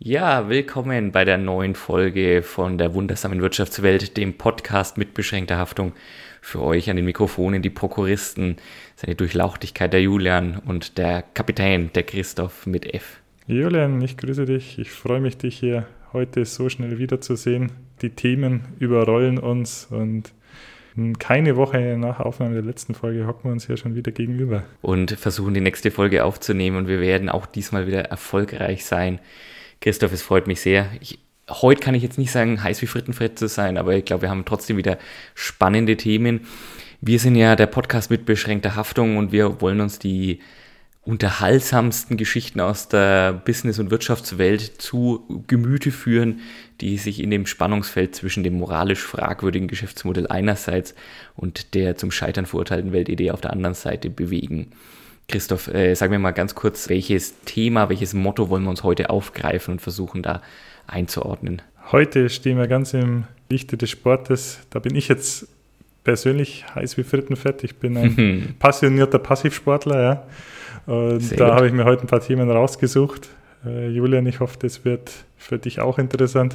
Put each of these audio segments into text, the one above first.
Ja, willkommen bei der neuen Folge von der wundersamen Wirtschaftswelt, dem Podcast mit beschränkter Haftung. Für euch an den Mikrofonen die Prokuristen, seine Durchlauchtigkeit der Julian und der Kapitän, der Christoph mit F. Julian, ich grüße dich. Ich freue mich, dich hier heute so schnell wiederzusehen. Die Themen überrollen uns und keine Woche nach Aufnahme der letzten Folge hocken wir uns hier schon wieder gegenüber. Und versuchen die nächste Folge aufzunehmen und wir werden auch diesmal wieder erfolgreich sein. Christoph, es freut mich sehr. Heute kann ich jetzt nicht sagen, heiß wie Frittenfett zu sein, aber ich glaube, wir haben trotzdem wieder spannende Themen. Wir sind ja der Podcast mit beschränkter Haftung und wir wollen uns die unterhaltsamsten Geschichten aus der Business- und Wirtschaftswelt zu Gemüte führen, die sich in dem Spannungsfeld zwischen dem moralisch fragwürdigen Geschäftsmodell einerseits und der zum Scheitern verurteilten Weltidee auf der anderen Seite bewegen. Christoph, sag mir mal ganz kurz, welches Thema, welches Motto wollen wir uns heute aufgreifen und versuchen da einzuordnen? Heute stehen wir ganz im Lichte des Sportes. Da bin ich jetzt persönlich heiß wie Frittenfett. Ich bin ein passionierter Passivsportler, ja. Und da habe ich mir heute ein paar Themen rausgesucht. Julian, ich hoffe, das wird für dich auch interessant.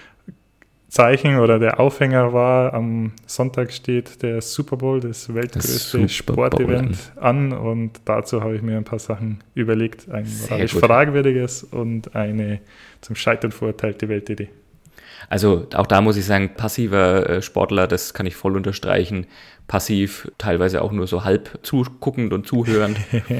Zeichen oder der Aufhänger war, am Sonntag steht der Super Bowl, das weltgrößte Sportevent an und dazu habe ich mir ein paar Sachen überlegt. Ein moralisch fragwürdiges und eine zum Scheitern verurteilte Weltidee. Also auch da muss ich sagen, passiver Sportler, das kann ich voll unterstreichen. Passiv, teilweise auch nur so halb zuguckend und zuhörend.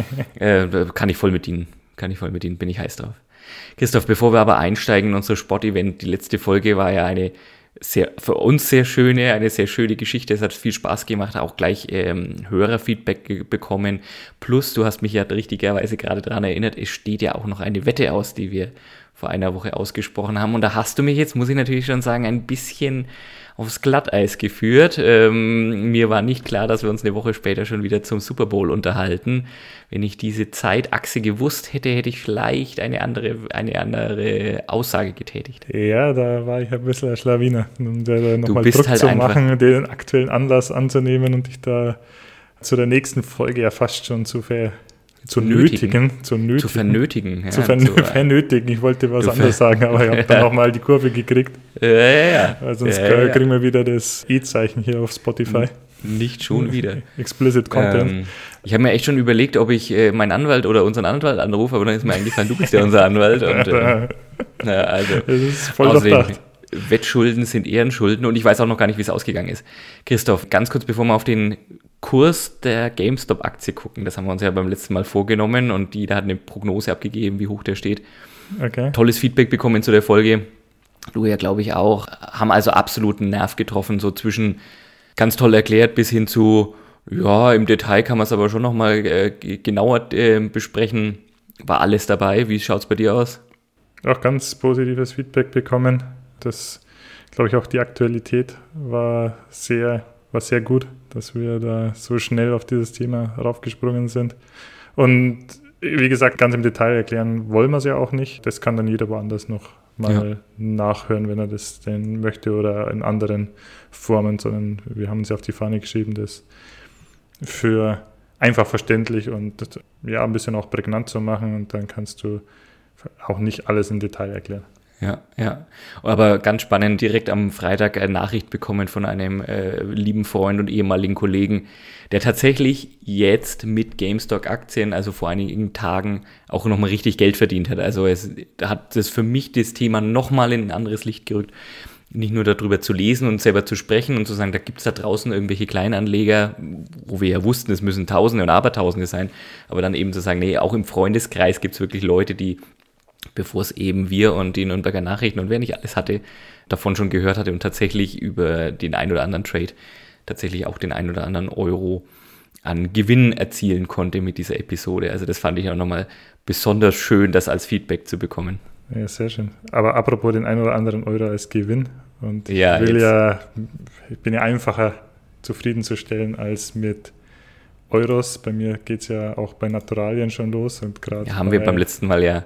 Kann ich voll mit Ihnen, bin ich heiß drauf. Christoph, bevor wir aber einsteigen in unser Sportevent, die letzte Folge war ja eine für uns sehr schöne Geschichte. Es hat viel Spaß gemacht, auch gleich Hörerfeedback bekommen. Plus, du hast mich ja richtigerweise gerade daran erinnert, es steht ja auch noch eine Wette aus, die wir vor einer Woche ausgesprochen haben. Und da hast du mich jetzt, muss ich natürlich schon sagen, ein bisschen aufs Glatteis geführt. Mir war nicht klar, dass wir uns eine Woche später schon wieder zum Super Bowl unterhalten. Wenn ich diese Zeitachse gewusst hätte, hätte ich vielleicht eine andere Aussage getätigt. Ja, da war ich ein bisschen ein Schlawiner, um da nochmal Druck halt zu machen, den aktuellen Anlass anzunehmen und dich da zu der nächsten Folge ja fast schon zu vernötigen. Ich wollte was anderes sagen, aber ich habe dann nochmal die Kurve gekriegt. Ja. Weil sonst kriegen wir wieder das E-Zeichen hier auf Spotify. Nicht schon wieder. Explicit Content. Ich habe mir echt schon überlegt, ob ich meinen Anwalt oder unseren Anwalt anrufe, aber dann ist mir eingefallen, du bist ja unser Anwalt. Und, also, das ist voll durchdacht. Wettschulden sind Ehrenschulden und ich weiß auch noch gar nicht, wie es ausgegangen ist. Christoph, ganz kurz, bevor wir auf den Kurs der GameStop-Aktie gucken, das haben wir uns ja beim letzten Mal vorgenommen und jeder hat eine Prognose abgegeben, wie hoch der steht. Okay. Tolles Feedback bekommen zu der Folge. Du ja, glaube ich, auch. Haben also absoluten Nerv getroffen, so zwischen ganz toll erklärt bis hin zu, ja, im Detail kann man es aber schon nochmal genauer besprechen. War alles dabei. Wie schaut es bei dir aus? Auch ganz positives Feedback bekommen. Das, glaube ich, auch die Aktualität war sehr gut, dass wir da so schnell auf dieses Thema raufgesprungen sind. Und wie gesagt, ganz im Detail erklären wollen wir es ja auch nicht. Das kann dann jeder woanders noch mal nachhören, wenn er das denn möchte oder in anderen Formen, sondern wir haben uns ja auf die Fahne geschrieben, das für einfach verständlich und ja, ein bisschen auch prägnant zu machen und dann kannst du auch nicht alles im Detail erklären. Ja. Aber ganz spannend, direkt am Freitag eine Nachricht bekommen von einem lieben Freund und ehemaligen Kollegen, der tatsächlich jetzt mit GameStop-Aktien, also vor einigen Tagen, auch nochmal richtig Geld verdient hat. Also es hat das für mich das Thema nochmal in ein anderes Licht gerückt. Nicht nur darüber zu lesen und selber zu sprechen und zu sagen, da gibt es da draußen irgendwelche Kleinanleger, wo wir ja wussten, es müssen Tausende und Abertausende sein, aber dann eben zu sagen, nee, auch im Freundeskreis gibt es wirklich Leute, die, bevor es eben wir und die Nürnberger Nachrichten und wer nicht alles hatte, davon schon gehört hatte und tatsächlich über den ein oder anderen Trade tatsächlich auch den ein oder anderen Euro an Gewinn erzielen konnte mit dieser Episode. Also das fand ich auch nochmal besonders schön, das als Feedback zu bekommen. Ja, sehr schön. Aber apropos den ein oder anderen Euro als Gewinn und ich bin ja einfacher zufriedenzustellen als mit Euros. Bei mir geht es ja auch bei Naturalien schon los und gerade. Ja, haben wir beim letzten Mal ja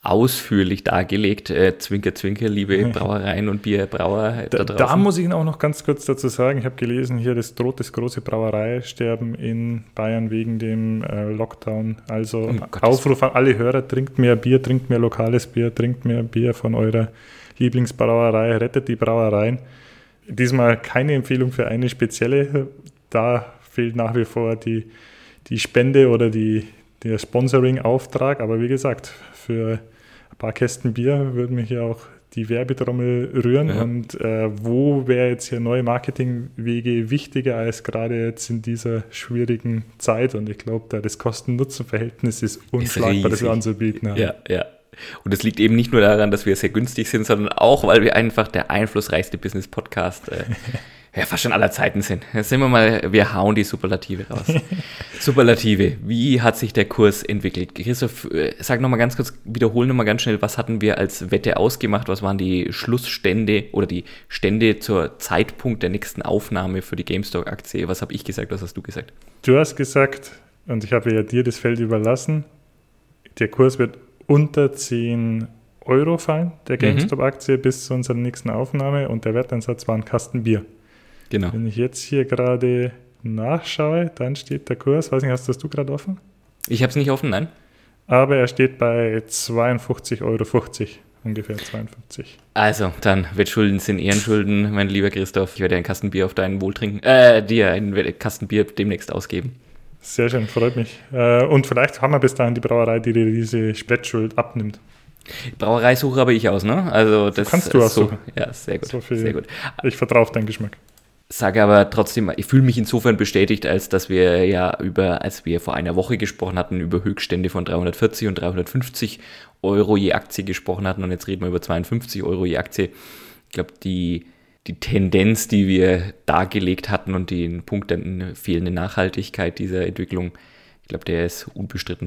ausführlich dargelegt. Zwinker, zwinker, liebe Brauereien und Bierbrauer da draußen. Da muss ich noch ganz kurz dazu sagen, ich habe gelesen, hier das droht das große Brauereisterben in Bayern wegen dem Lockdown. Also Aufruf an alle Hörer, trinkt mehr Bier, trinkt mehr lokales Bier, trinkt mehr Bier von eurer Lieblingsbrauerei, rettet die Brauereien. Diesmal keine Empfehlung für eine spezielle, da fehlt nach wie vor die Spende oder der Sponsoring-Auftrag, aber wie gesagt, für ein paar Kästen Bier würde mich ja auch die Werbetrommel rühren. Ja. Und wo wäre jetzt hier neue Marketingwege wichtiger als gerade jetzt in dieser schwierigen Zeit? Und ich glaube, da das Kosten-Nutzen-Verhältnis ist unschlagbar, das wir anzubieten haben. Ja, ja. Und es liegt eben nicht nur daran, dass wir sehr günstig sind, sondern auch, weil wir einfach der einflussreichste Business-Podcast fast schon aller Zeiten sind. Jetzt sind wir hauen die Superlative raus. Superlative, wie hat sich der Kurs entwickelt? Christoph, sag nochmal ganz kurz, wiederhol nochmal ganz schnell, was hatten wir als Wette ausgemacht? Was waren die Schlussstände oder die Stände zur Zeitpunkt der nächsten Aufnahme für die GameStop-Aktie? Was habe ich gesagt, was hast du gesagt? Du hast gesagt, und ich habe ja dir das Feld überlassen, der Kurs wird unter 10 Euro fallen, der GameStop-Aktie, bis zu unserer nächsten Aufnahme, und der Wertansatz war ein Kasten Bier. Genau. Wenn ich jetzt hier gerade nachschaue, dann steht der Kurs, weiß nicht, hast du gerade offen? Ich habe es nicht offen, nein. Aber er steht bei 52,50 Euro, ungefähr 52. Also, dann Wettschulden sind Ehrenschulden, mein lieber Christoph. Ich werde einen Kasten Bier auf deinen Wohl trinken, dir einen Kasten Bier demnächst ausgeben. Sehr schön, freut mich. Und vielleicht haben wir bis dahin die Brauerei, die dir diese Spätschuld abnimmt. Brauerei suche aber ich aus, ne? Also das kannst du aussuchen. So, ja, sehr gut. Sehr gut. Ich vertraue auf deinen Geschmack. Sage aber trotzdem, ich fühle mich insofern bestätigt, als dass wir ja als wir vor einer Woche gesprochen hatten, über Höchststände von 340 und 350 Euro je Aktie gesprochen hatten, und jetzt reden wir über 52 Euro je Aktie. Ich glaube, die Tendenz, die wir dargelegt hatten und den Punkt der fehlenden Nachhaltigkeit dieser Entwicklung, ich glaube, der ist unbestritten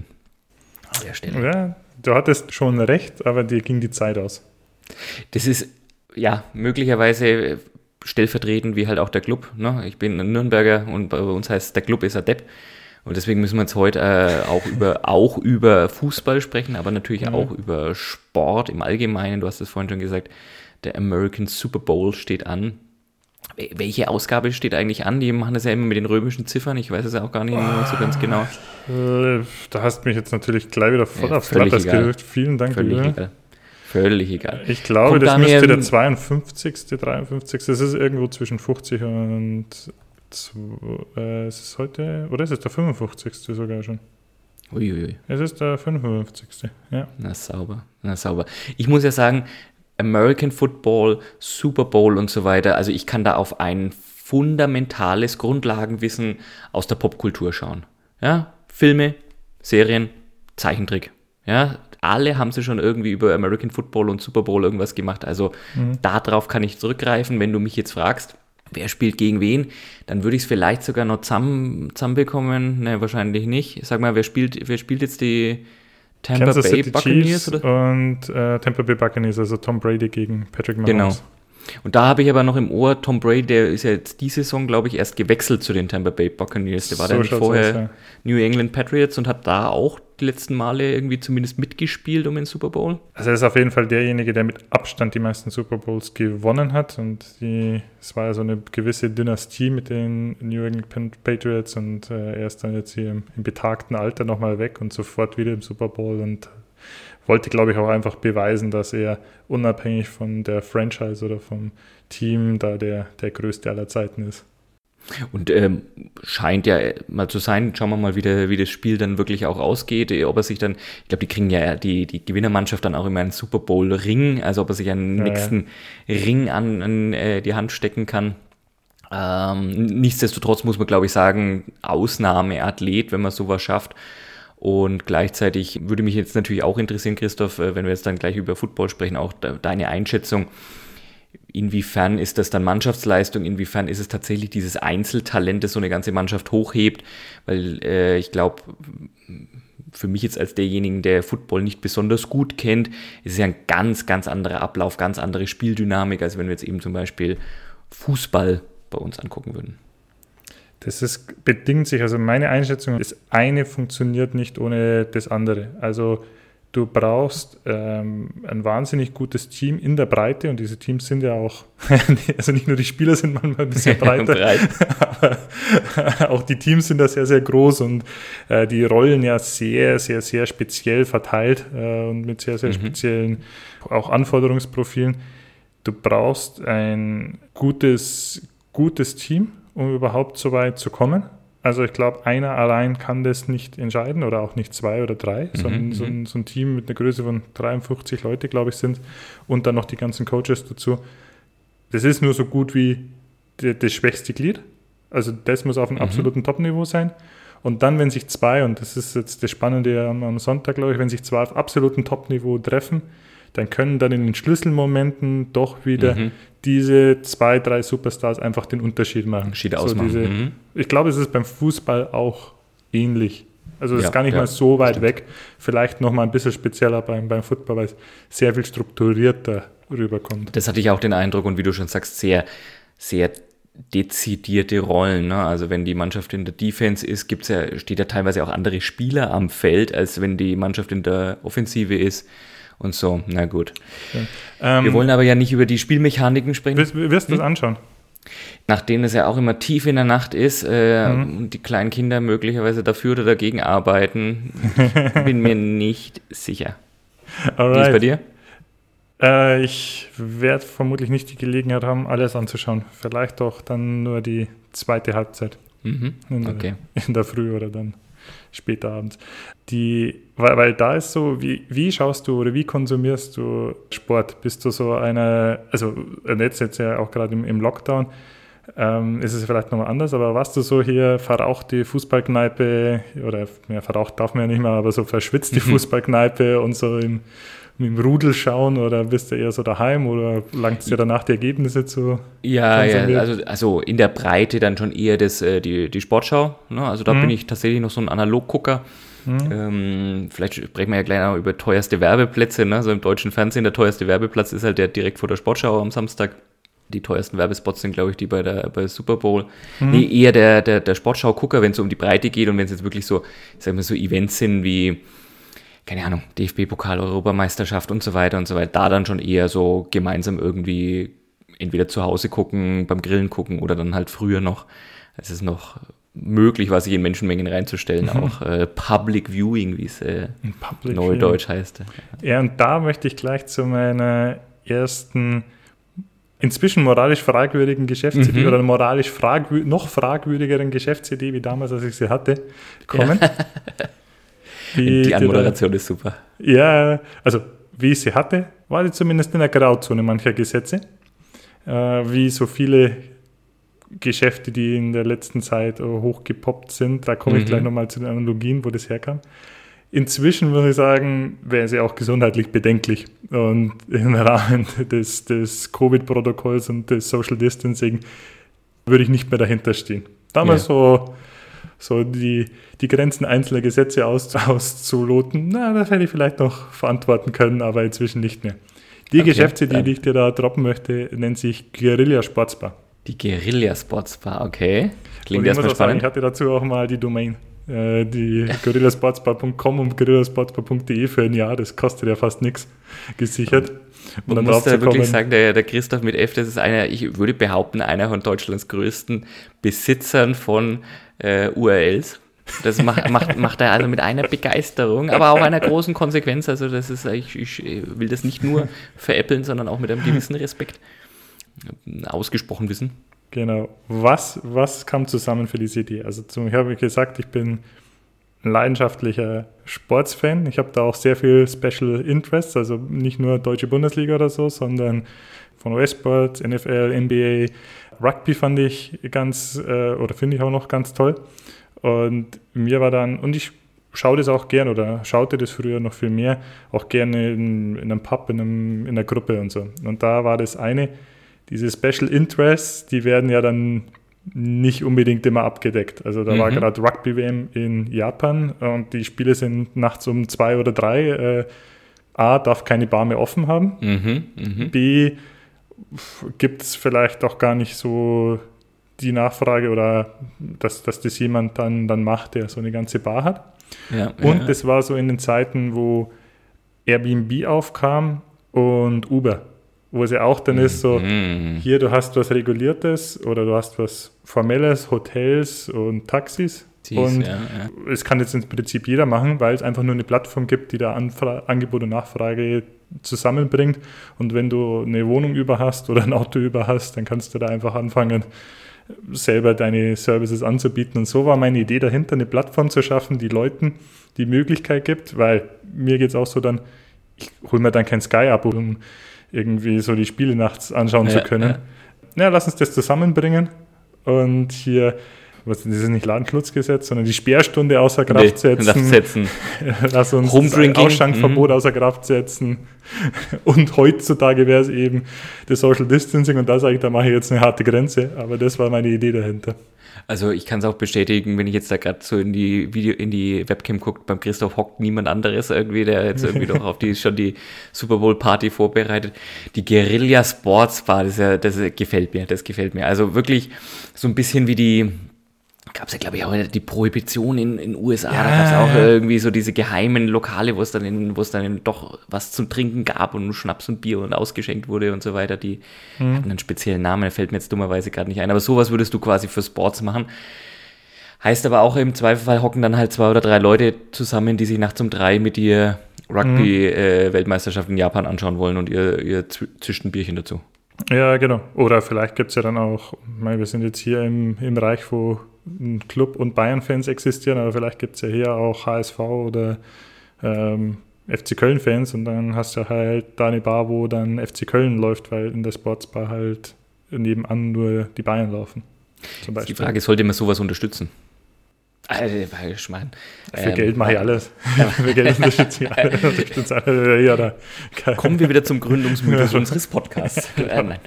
an der Stelle. Ja, du hattest schon recht, aber dir ging die Zeit aus. Das ist ja möglicherweise stellvertretend wie halt auch der Club. Ne? Ich bin ein Nürnberger und bei uns heißt der Club ist ein Depp. Und deswegen müssen wir jetzt heute auch über Fußball sprechen, aber natürlich auch über Sport im Allgemeinen. Du hast es vorhin schon gesagt, der American Super Bowl steht an. Welche Ausgabe steht eigentlich an? Die machen das ja immer mit den römischen Ziffern. Ich weiß es ja auch gar nicht mehr so ganz genau. Da hast du mich jetzt natürlich gleich wieder voll aufs Glatteis gerückt. Vielen Dank, Völlig egal. Ich glaube, das müsste der 52., 53. Das ist irgendwo zwischen 50 und ist es heute, oder ist es der 55. sogar schon? Uiuiui. Es ist der 55. Ja. Na sauber. Ich muss ja sagen, American Football, Super Bowl und so weiter, also ich kann da auf ein fundamentales Grundlagenwissen aus der Popkultur schauen. Ja? Filme, Serien, Zeichentrick. Ja? Alle haben sie schon irgendwie über American Football und Super Bowl irgendwas gemacht. Also darauf kann ich zurückgreifen. Wenn du mich jetzt fragst, wer spielt gegen wen, dann würde ich es vielleicht sogar noch zusammenbekommen. Ne, wahrscheinlich nicht. Sag mal, wer spielt jetzt die Tampa Kansas Bay City Buccaneers? Chiefs oder? Und Tampa Bay Buccaneers, also Tom Brady gegen Patrick Mahomes. Genau. Und da habe ich aber noch im Ohr, Tom Brady, der ist ja jetzt die Saison, glaube ich, erst gewechselt zu den Tampa Bay Buccaneers. Der war da nicht vorher New England Patriots und hat da auch die letzten Male irgendwie zumindest mitgespielt um den Super Bowl. Also er ist auf jeden Fall derjenige, der mit Abstand die meisten Super Bowls gewonnen hat. Und es war ja so eine gewisse Dynastie mit den New England Patriots, und er ist dann jetzt hier im betagten Alter nochmal weg und sofort wieder im Super Bowl und wollte, glaube ich, auch einfach beweisen, dass er unabhängig von der Franchise oder vom Team da der Größte aller Zeiten ist. Und scheint ja mal zu sein, schauen wir mal, wie das Spiel dann wirklich auch ausgeht, ob er sich dann, ich glaube, die kriegen ja die Gewinnermannschaft dann auch immer einen Super Bowl Ring, also ob er sich einen nächsten Ring an die Hand stecken kann. Nichtsdestotrotz muss man, glaube ich, sagen, Ausnahmeathlet, wenn man sowas schafft. Und gleichzeitig würde mich jetzt natürlich auch interessieren, Christoph, wenn wir jetzt dann gleich über Football sprechen, auch deine Einschätzung. Inwiefern ist das dann Mannschaftsleistung? Inwiefern ist es tatsächlich dieses Einzeltalent, das so eine ganze Mannschaft hochhebt? Weil ich glaube, für mich jetzt als derjenigen, der Football nicht besonders gut kennt, ist es ja ein ganz, ganz anderer Ablauf, ganz andere Spieldynamik, als wenn wir jetzt eben zum Beispiel Fußball bei uns angucken würden. Bedingt sich, also meine Einschätzung, das eine funktioniert nicht ohne das andere. Also Du brauchst ein wahnsinnig gutes Team in der Breite und diese Teams sind ja auch, also nicht nur die Spieler sind manchmal ein bisschen breiter, aber auch die Teams sind da sehr, sehr groß und die Rollen ja sehr, sehr, sehr speziell verteilt und mit sehr, sehr speziellen auch Anforderungsprofilen. Du brauchst ein gutes Team, um überhaupt so weit zu kommen. Also ich glaube, einer allein kann das nicht entscheiden oder auch nicht 2 oder 3, sondern so ein Team mit einer Größe von 53 Leute, glaube ich, sind und dann noch die ganzen Coaches dazu. Das ist nur so gut wie das schwächste Glied. Also das muss auf einem absoluten Top-Niveau sein. Und dann, wenn sich zwei, und das ist jetzt das Spannende am Sonntag, glaube ich, wenn sich zwei auf absolutem Top-Niveau treffen, dann können dann in den Schlüsselmomenten doch wieder diese 2, 3 Superstars einfach den Unterschied machen. Unterschied ausmachen. Ich glaube, es ist beim Fußball auch ähnlich. Also es ist gar nicht mal so weit weg. Vielleicht noch mal ein bisschen spezieller beim Football, weil es sehr viel strukturierter rüberkommt. Das hatte ich auch den Eindruck und wie du schon sagst, sehr, sehr dezidierte Rollen. Ne? Also wenn die Mannschaft in der Defense ist, steht ja teilweise auch andere Spieler am Feld, als wenn die Mannschaft in der Offensive ist. Und so, na gut. Ja. Wir wollen aber ja nicht über die Spielmechaniken sprechen. Wirst du das anschauen? Nachdem es ja auch immer tief in der Nacht ist und die kleinen Kinder möglicherweise dafür oder dagegen arbeiten, bin mir nicht sicher. Alright. Wie ist bei dir? Ich werde vermutlich nicht die Gelegenheit haben, alles anzuschauen. Vielleicht auch dann nur die zweite Halbzeit. Okay. In der Früh oder dann später abends. Weil da ist so, wie schaust du oder wie konsumierst du Sport? Bist du so einer, also jetzt ja auch gerade im Lockdown, ist es vielleicht nochmal anders, aber warst du so hier verrauchte Fußballkneipe oder verraucht darf man ja nicht mehr, aber so verschwitzte Fußballkneipe und so im Rudel schauen oder bist du eher so daheim oder langt es dir danach die Ergebnisse zu? Ja, also in der Breite dann schon eher die Sportschau. Ne? Also da bin ich tatsächlich noch so ein Analoggucker. Vielleicht sprechen wir ja gleich noch über teuerste Werbeplätze. Ne? So im deutschen Fernsehen, der teuerste Werbeplatz ist halt der direkt vor der Sportschau am Samstag. Die teuersten Werbespots sind, glaube ich, die bei Super Bowl. Nee, eher der Sportschau-Gucker, wenn es so um die Breite geht und wenn es jetzt wirklich so, sagen wir so Events sind wie, keine Ahnung, DFB-Pokal, Europameisterschaft und so weiter, da dann schon eher so gemeinsam irgendwie entweder zu Hause gucken, beim Grillen gucken oder dann halt früher noch, es ist noch möglich, was sich in Menschenmengen reinzustellen, auch Public Viewing, wie es neudeutsch heißt. Ja, und da möchte ich gleich zu meiner ersten inzwischen moralisch fragwürdigen Geschäftsidee oder moralisch noch fragwürdigeren Geschäftsidee, wie damals, als ich sie hatte, kommen. Die Anmoderation ist super. Ja, also wie ich sie hatte, war sie zumindest in der Grauzone mancher Gesetze. Wie so viele Geschäfte, die in der letzten Zeit hochgepoppt sind. Da komme ich gleich nochmal zu den Analogien, wo das herkam. Inzwischen muss ich sagen, wäre sie auch gesundheitlich bedenklich. Und im Rahmen des Covid-Protokolls und des Social Distancing würde ich nicht mehr dahinter stehen. Damals so die Grenzen einzelner Gesetze auszuloten, das hätte ich vielleicht noch verantworten können, aber inzwischen nicht mehr. Die Geschäftsidee, die ich dir da droppen möchte, nennt sich Guerilla Sportsbar. Die Guerilla Sportsbar, okay. Klingt erstmal spannend. Ich hatte dazu auch mal die Domain, die guerillasportsbar.com und guerillasportsbar.de für ein Jahr, das kostet ja fast nichts, gesichert. Und dann muss da wirklich sagen, der Christoph mit F, das ist ich würde behaupten, einer von Deutschlands größten Besitzern von URLs. Das macht er also mit einer Begeisterung, aber auch einer großen Konsequenz. Also das ist, ich will das nicht nur veräppeln, sondern auch mit einem gewissen Respekt ausgesprochen wissen. Genau. Was kam zusammen für diese Idee? Also ich habe gesagt, ich bin ein leidenschaftlicher Sportsfan. Ich habe da auch sehr viel Special Interests, also nicht nur deutsche Bundesliga oder so, sondern von US-Sports, NFL, NBA, Rugby fand ich finde ich auch noch ganz toll. Und mir war dann, und ich schaue das auch gern oder schaute das früher noch viel mehr, auch gerne in einem Pub, in einer Gruppe und so. Und da war das eine, diese Special Interests, die werden ja dann nicht unbedingt immer abgedeckt. Also da war gerade Rugby-WM in Japan und die Spiele sind nachts um 2 oder 3. A, darf keine Bar mehr offen haben. B, gibt es vielleicht auch gar nicht so die Nachfrage oder dass das jemand dann macht, der so eine ganze Bar hat. Das war so in den Zeiten, wo Airbnb aufkam und Uber, wo es ja auch dann ist so, hier du hast was Reguliertes oder du hast was Formelles, Hotels und Taxis. Es kann jetzt im Prinzip jeder machen, weil es einfach nur eine Plattform gibt, die da Angebot und Nachfrage zusammenbringt. Und wenn du eine Wohnung über hast oder ein Auto über hast, dann kannst du da einfach anfangen, selber deine Services anzubieten. Und so war meine Idee dahinter, eine Plattform zu schaffen, die Leuten die Möglichkeit gibt, weil mir geht es auch so dann, ich hole mir dann kein Sky-Abo, um irgendwie so die Spiele nachts anschauen zu können. Ja, lass uns das zusammenbringen und hier, das ist nicht Ladenschutzgesetz, sondern die Sperrstunde außer Kraft setzen. Lass uns Ausschankverbot außer Kraft setzen. Und heutzutage wäre es eben das Social Distancing und da sage ich, da mache ich jetzt eine harte Grenze, aber das war meine Idee dahinter. Also ich kann es auch bestätigen, wenn ich jetzt da gerade so in die Webcam gucke, beim Christoph hockt niemand anderes irgendwie, der jetzt irgendwie doch auf schon die Super Bowl Party vorbereitet. Die Guerilla Sports Bar, das gefällt mir. Also wirklich so ein bisschen wie gab es ja, glaube ich, auch die Prohibition in den USA, da gab es auch irgendwie so diese geheimen Lokale, wo es dann doch was zum Trinken gab und Schnaps und Bier und ausgeschenkt wurde und so weiter, die hatten einen speziellen Namen, der fällt mir jetzt dummerweise gerade nicht ein, aber sowas würdest du quasi für Sports machen. Heißt aber auch im Zweifelfall hocken dann halt 2 oder 3 Leute zusammen, die sich nachts um 3 mit dir Rugby-Weltmeisterschaft in Japan anschauen wollen und ihr zischt ein Bierchen dazu. Ja, genau. Oder vielleicht gibt es ja dann auch, wir sind jetzt hier im Bereich, wo ein Club und Bayern-Fans existieren, aber vielleicht gibt es ja hier auch HSV oder FC Köln-Fans und dann hast du halt da eine Bar, wo dann FC Köln läuft, weil in der Sportsbar halt nebenan nur die Bayern laufen. Zum Beispiel. Die Frage ist, sollte man sowas unterstützen? Für Geld mache ich alles. Für Geld unterstütze ich alle. Kommen wir wieder zum Gründungsmythos unseres Podcasts. Nein.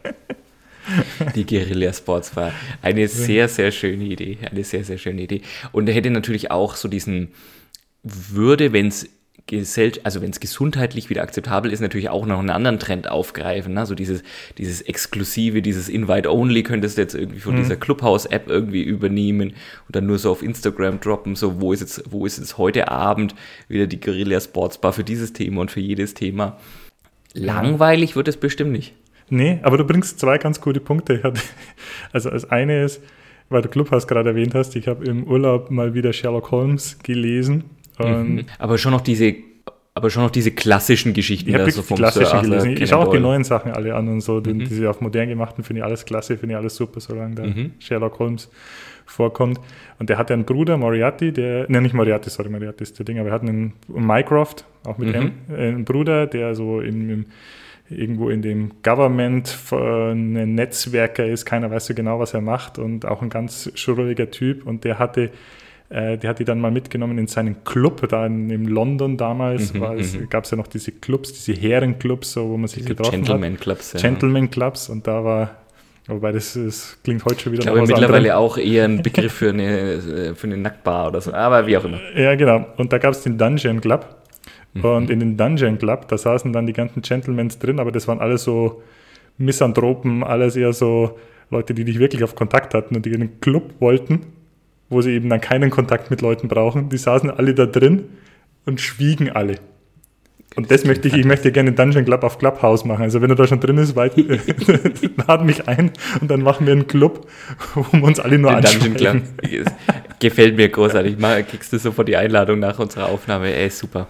Die Guerilla Sports war eine sehr, sehr schöne Idee. Und er hätte natürlich auch so diesen wenn es gesundheitlich wieder akzeptabel ist, natürlich auch noch einen anderen Trend aufgreifen. Ne? So dieses Exklusive, dieses Invite-Only könntest du jetzt irgendwie von dieser Clubhouse-App irgendwie übernehmen und dann nur so auf Instagram droppen, so wo ist jetzt heute Abend wieder die Guerilla Sports Bar für dieses Thema und für jedes Thema. Langweilig wird es bestimmt nicht. Nee, aber du bringst 2 ganz gute Punkte. Also das eine ist, weil du Clubhouse gerade erwähnt hast, ich habe im Urlaub mal wieder Sherlock Holmes gelesen. Aber schon noch diese klassischen Geschichten. Ich habe wirklich die klassischen gelesen. Ich schaue auch die neuen Sachen alle an und so. Diese auf modern gemachten finde ich alles klasse, finde ich alles super, solange da Sherlock Holmes vorkommt. Und der hat ja einen Bruder, Moriarty, Moriarty ist der Ding, aber er hat einen Mycroft, auch mit M, einen Bruder, der so irgendwo in dem Government ein Netzwerker ist, keiner weiß so genau, was er macht und auch ein ganz schrulliger Typ und der hat die dann mal mitgenommen in seinen Club, da in London damals, gab es ja noch diese Clubs, diese Herrenclubs, so, wo man sich getroffen hat. Gentleman Clubs und da war, wobei das klingt heute schon wieder noch was anderes. Ich glaube mittlerweile auch eher ein Begriff für eine Nacktbar oder so, aber wie auch immer. Ja, genau. Und da gab es den Dungeon Club. Und in den Dungeon Club, da saßen dann die ganzen Gentlemans drin, aber das waren alles so Misanthropen, alles eher so Leute, die nicht wirklich auf Kontakt hatten und die einen Club wollten, wo sie eben dann keinen Kontakt mit Leuten brauchen. Die saßen alle da drin und schwiegen alle. Und ich möchte gerne einen Dungeon Club auf Clubhouse machen. Also wenn du da schon drin bist, lad mich ein und dann machen wir einen Club, wo wir uns alle nur anschauen. Dungeon Club gefällt mir großartig. Kriegst du sofort die Einladung nach unserer Aufnahme. Ey, super.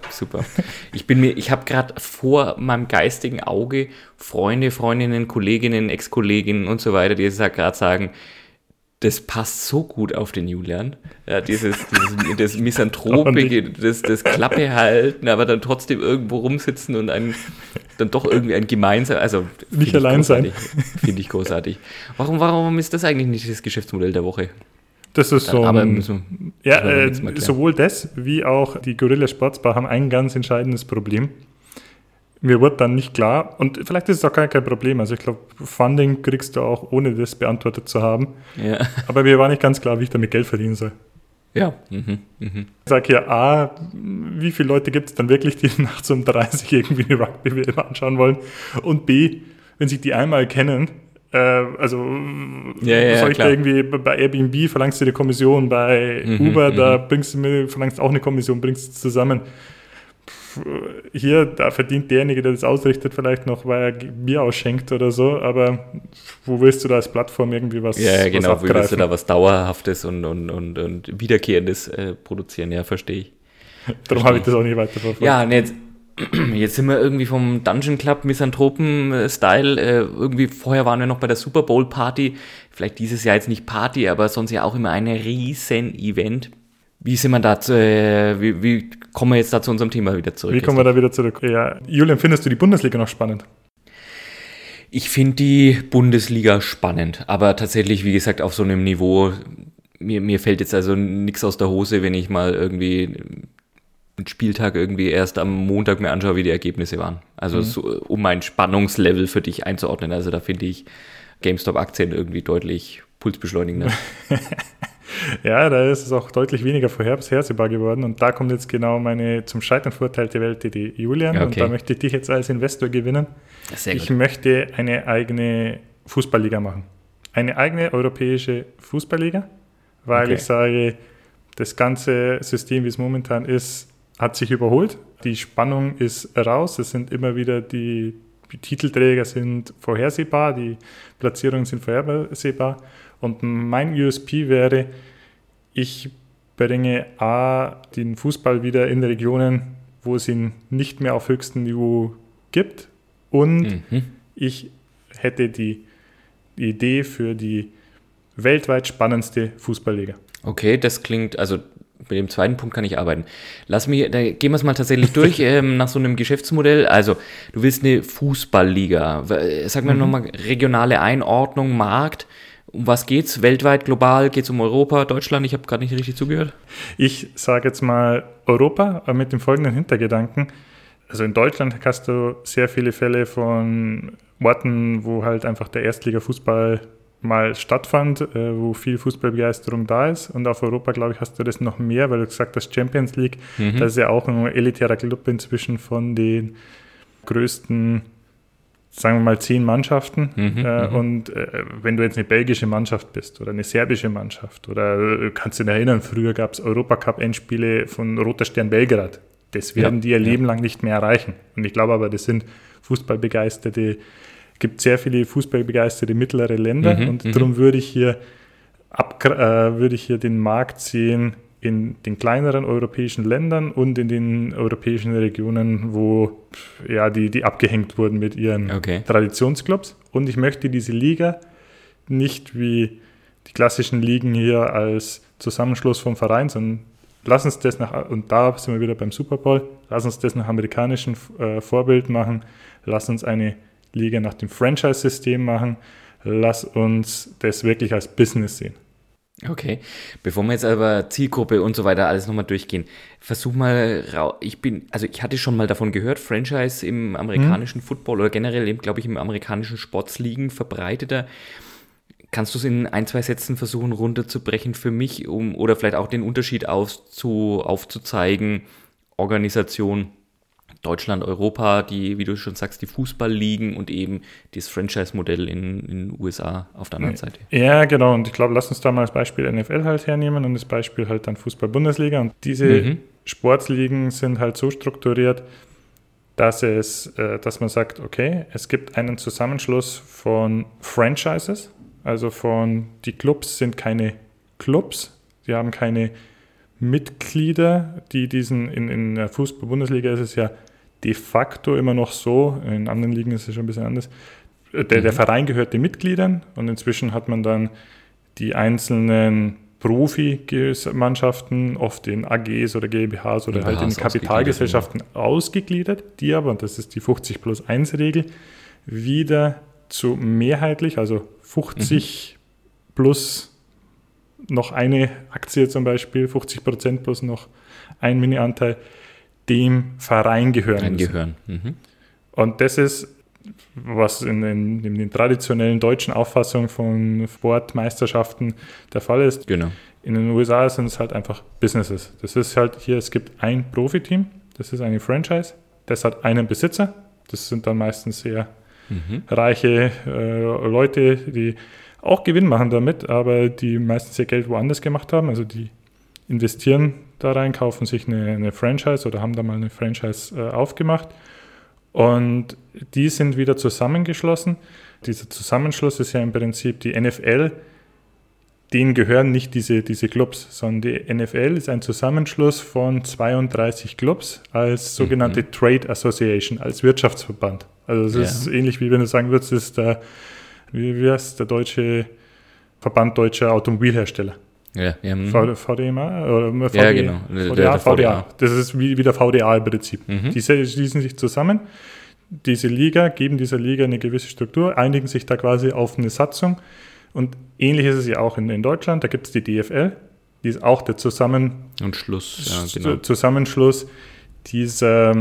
Ich habe gerade vor meinem geistigen Auge Freunde, Freundinnen, Kolleginnen, Ex-Kolleginnen und so weiter, die jetzt gerade sagen, das passt so gut auf den Julian. Ja, das Misanthropige, das Klappe halten, aber dann trotzdem irgendwo rumsitzen und dann doch irgendwie ein gemeinsam, also nicht allein sein. Finde ich großartig. Warum ist das eigentlich nicht das Geschäftsmodell der Woche? Das ist so. Sowohl das wie auch die Guerilla Sports Bar haben ein ganz entscheidendes Problem. Mir wurde dann nicht klar, und vielleicht ist es auch kein Problem, also ich glaube, Funding kriegst du auch, ohne das beantwortet zu haben. Ja. Aber mir war nicht ganz klar, wie ich damit Geld verdienen soll. Ja. Ich sage hier, A, wie viele Leute gibt es dann wirklich, die nachts um 30 irgendwie eine Rugby-WM anschauen wollen? Und B, wenn sich die einmal kennen, soll ich da irgendwie bei Airbnb verlangst du eine Kommission, bei Uber, da verlangst du auch eine Kommission, bringst du zusammen. hier, da verdient derjenige, der das ausrichtet, vielleicht noch, weil er Bier ausschenkt oder so, aber wo willst du da als Plattform irgendwie was Ja, genau, was wo willst du abgreifen? da was Dauerhaftes und Wiederkehrendes produzieren? Ja, verstehe ich. Darum habe ich das auch nicht weiterverfolgt. Ja, und jetzt sind wir irgendwie vom Dungeon Club Misanthropen-Style. Irgendwie vorher waren wir noch bei der Super Bowl Party. Vielleicht dieses Jahr jetzt nicht Party, aber sonst ja auch immer ein riesen Event. Wie sind wir da, wie kommen wir jetzt da zu unserem Thema wieder zurück? Wie kommen wir da wieder zurück? Ja, Julian, findest du die Bundesliga noch spannend? Ich finde die Bundesliga spannend, aber tatsächlich, wie gesagt, auf so einem Niveau, mir fällt jetzt also nichts aus der Hose, wenn ich mal irgendwie einen Spieltag irgendwie erst am Montag mir anschaue, wie die Ergebnisse waren. Also so, um mein Spannungslevel für dich einzuordnen. Also da finde ich GameStop-Aktien irgendwie deutlich pulsbeschleunigender. Ja, da ist es auch deutlich weniger vorhersehbar geworden und da kommt jetzt genau meine zum Scheitern verurteilte Welt-Idee, Julian, Okay. und da möchte ich dich jetzt als Investor gewinnen. Sehr Ich gut. möchte eine eigene Fußballliga machen. Eine eigene europäische Fußballliga, weil Okay. ich sage, das ganze System, wie es momentan ist, hat sich überholt. Die Spannung ist raus. Es sind immer wieder die Titelträger sind vorhersehbar, die Platzierungen sind vorhersehbar. Und mein USP wäre, ich bringe den Fußball wieder in Regionen, wo es ihn nicht mehr auf höchstem Niveau gibt. Und ich hätte die Idee für die weltweit spannendste Fußballliga. Okay, das klingt, also mit dem zweiten Punkt kann ich arbeiten. Da gehen wir es mal tatsächlich durch, nach so einem Geschäftsmodell. Also, du willst eine Fußballliga. Sag mir nochmal regionale Einordnung, Markt. Um was geht's? Weltweit, global? Geht's um Europa, Deutschland? Ich habe gerade nicht richtig zugehört. Ich sage jetzt mal Europa, aber mit dem folgenden Hintergedanken. Also in Deutschland hast du sehr viele Fälle von Orten, wo halt einfach der Erstliga-Fußball mal stattfand, wo viel Fußballbegeisterung da ist. Und auf Europa, glaube ich, hast du das noch mehr, weil du gesagt hast, Champions League, das ist ja auch ein elitärer Club inzwischen von den größten, sagen wir mal, 10 Mannschaften. Und wenn du jetzt eine belgische Mannschaft bist oder eine serbische Mannschaft oder kannst du dich erinnern, früher gab es Europacup-Endspiele von Roter Stern Belgrad. Das werden die ihr Leben lang nicht mehr erreichen. Und ich glaube aber, das sind gibt sehr viele fußballbegeisterte mittlere Länder und darum würde ich hier den Markt sehen in den kleineren europäischen Ländern und in den europäischen Regionen, wo ja die abgehängt wurden mit ihren Traditionsclubs. Und ich möchte diese Liga nicht wie die klassischen Ligen hier als Zusammenschluss vom Verein, sondern lass uns das und da sind wir wieder beim Super Bowl, lass uns das nach amerikanischem Vorbild machen, lass uns eine Liga nach dem Franchise-System machen, lass uns das wirklich als Business sehen. Okay, bevor wir jetzt aber Zielgruppe und so weiter alles nochmal durchgehen, versuch mal, ich hatte schon mal davon gehört, Franchise im amerikanischen Football oder generell eben, glaube ich, im amerikanischen Sportsligen verbreiteter. Kannst du es in 1, 2 Sätzen versuchen runterzubrechen für mich, oder vielleicht auch den Unterschied aufzuzeigen, Organisation Deutschland, Europa, wie du schon sagst, die Fußballligen und eben das Franchise-Modell in den USA auf der anderen Seite. Ja, genau. Und ich glaube, lass uns da mal das Beispiel NFL halt hernehmen und das Beispiel halt dann Fußball-Bundesliga. Und diese Sportsligen sind halt so strukturiert, dass man sagt, okay, es gibt einen Zusammenschluss von Franchises, also die Clubs sind keine Clubs, sie haben keine Mitglieder, die in der Fußball-Bundesliga ist es ja de facto immer noch so, in anderen Ligen ist es schon ein bisschen anders, der Verein gehört den Mitgliedern und inzwischen hat man dann die einzelnen Profi-Mannschaften oft in AGs oder GmbHs oder halt in Kapitalgesellschaften ausgegliedert, die aber, und das ist die 50+1-Regel, wieder zu mehrheitlich, also 50 plus noch eine Aktie zum Beispiel, 50% plus noch ein Mini-Anteil, dem Verein gehören. Und das ist, was in den traditionellen deutschen Auffassungen von Sportmeisterschaften der Fall ist. Genau. In den USA sind es halt einfach Businesses. Das ist halt hier, es gibt ein Profiteam, das ist eine Franchise, das hat einen Besitzer, das sind dann meistens sehr reiche Leute, die auch Gewinn machen damit, aber die meistens ihr Geld woanders gemacht haben, also die investieren da rein, kaufen sich eine Franchise oder haben da mal eine Franchise aufgemacht. Und die sind wieder zusammengeschlossen. Dieser Zusammenschluss ist ja im Prinzip die NFL, denen gehören nicht diese Clubs, sondern die NFL ist ein Zusammenschluss von 32 Clubs als sogenannte Trade Association, als Wirtschaftsverband. Also es ist ähnlich wie wenn du sagen würdest, das ist der deutsche Verband deutscher Automobilhersteller. Ja, VDMA oder VDA, ja, genau. Der VDA. Das ist wie der VDA im Prinzip. Die schließen sich zusammen. Diese Liga geben dieser Liga eine gewisse Struktur, einigen sich da quasi auf eine Satzung. Und ähnlich ist es ja auch in Deutschland. Da gibt es die DFL, die ist auch der Zusammenschluss dieser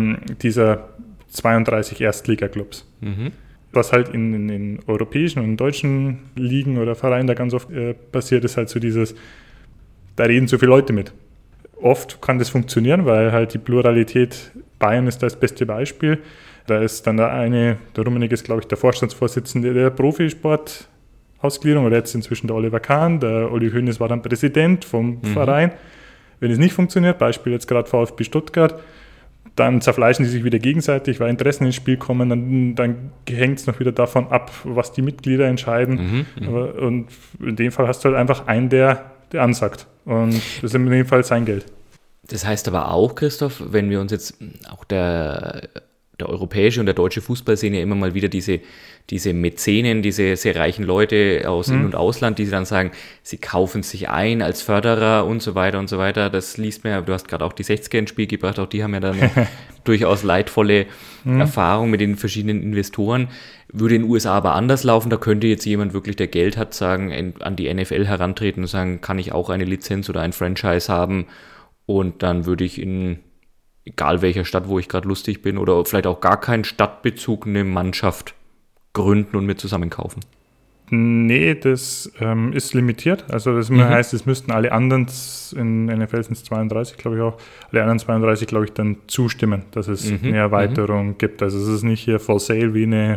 32 Erstliga-Clubs. Was halt in den europäischen und deutschen Ligen oder Vereinen da ganz oft passiert, ist halt so dieses, da reden zu viele Leute mit. Oft kann das funktionieren, weil halt die Pluralität, Bayern ist das beste Beispiel. Da ist dann der Rummenigge ist, glaube ich, der Vorstandsvorsitzende der Profisport-Ausgliederung, oder jetzt inzwischen der Oliver Kahn, der Uli Hoeneß war dann Präsident vom Verein. Wenn es nicht funktioniert, Beispiel jetzt gerade VfB Stuttgart, dann zerfleischen die sich wieder gegenseitig, weil Interessen ins Spiel kommen, dann hängt es noch wieder davon ab, was die Mitglieder entscheiden. Und in dem Fall hast du halt einfach einen, der ansagt. Und das ist in dem Fall sein Geld. Das heißt aber auch, Christoph, wenn wir uns jetzt auch der europäische und der deutsche Fußball sehen ja immer mal wieder diese Mäzenen, diese sehr reichen Leute aus In- und Ausland, die dann sagen, sie kaufen sich ein als Förderer und so weiter und so weiter. Das liest man ja, du hast gerade auch die 60er ins Spiel gebracht, auch die haben ja dann durchaus leidvolle Erfahrung mit den verschiedenen Investoren. Würde in den USA aber anders laufen, da könnte jetzt jemand wirklich, der Geld hat, sagen, an die NFL herantreten und sagen, kann ich auch eine Lizenz oder ein Franchise haben, und dann würde ich egal welcher Stadt, wo ich gerade lustig bin, oder vielleicht auch gar keinen Stadtbezug, eine Mannschaft gründen und mir zusammen kaufen. Nee, das ist limitiert. Also das heißt, es müssten alle anderen, in NFL sind es 32, glaube ich auch, alle anderen 32, glaube ich, dann zustimmen, dass es eine Erweiterung gibt. Also es ist nicht hier for sale wie eine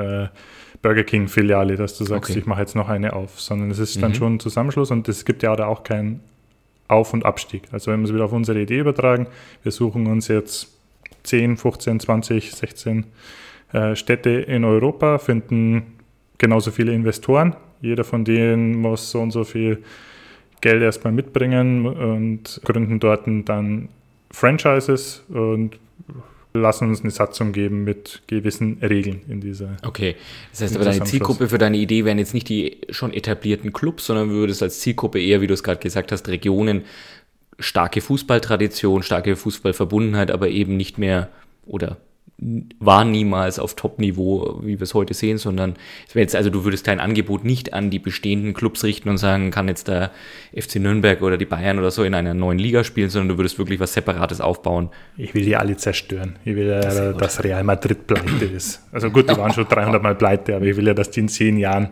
Burger King-Filiale, dass du sagst, ich mache jetzt noch eine auf, sondern es ist dann schon ein Zusammenschluss, und es gibt ja da auch keinen Auf- und Abstieg. Also wenn wir es wieder auf unsere Idee übertragen, wir suchen uns jetzt 10, 15, 20, 16 Städte in Europa, finden genauso viele Investoren. Jeder von denen muss so und so viel Geld erstmal mitbringen und gründen dort dann Franchises und lassen uns eine Satzung geben mit gewissen Regeln in dieser. Okay, das heißt aber, deine Zielgruppe für deine Idee wären jetzt nicht die schon etablierten Clubs, sondern würdest als Zielgruppe eher, wie du es gerade gesagt hast, Regionen, starke Fußballtradition, starke Fußballverbundenheit, aber eben nicht mehr oder war niemals auf Top-Niveau, wie wir es heute sehen, sondern es wäre jetzt, also du würdest dein Angebot nicht an die bestehenden Clubs richten und sagen, kann jetzt der FC Nürnberg oder die Bayern oder so in einer neuen Liga spielen, sondern du würdest wirklich was Separates aufbauen. Ich will die alle zerstören. Ich will ja, dass Real Madrid pleite ist. Also gut, die waren schon 300 Mal pleite, aber ich will ja, dass die in 10 Jahren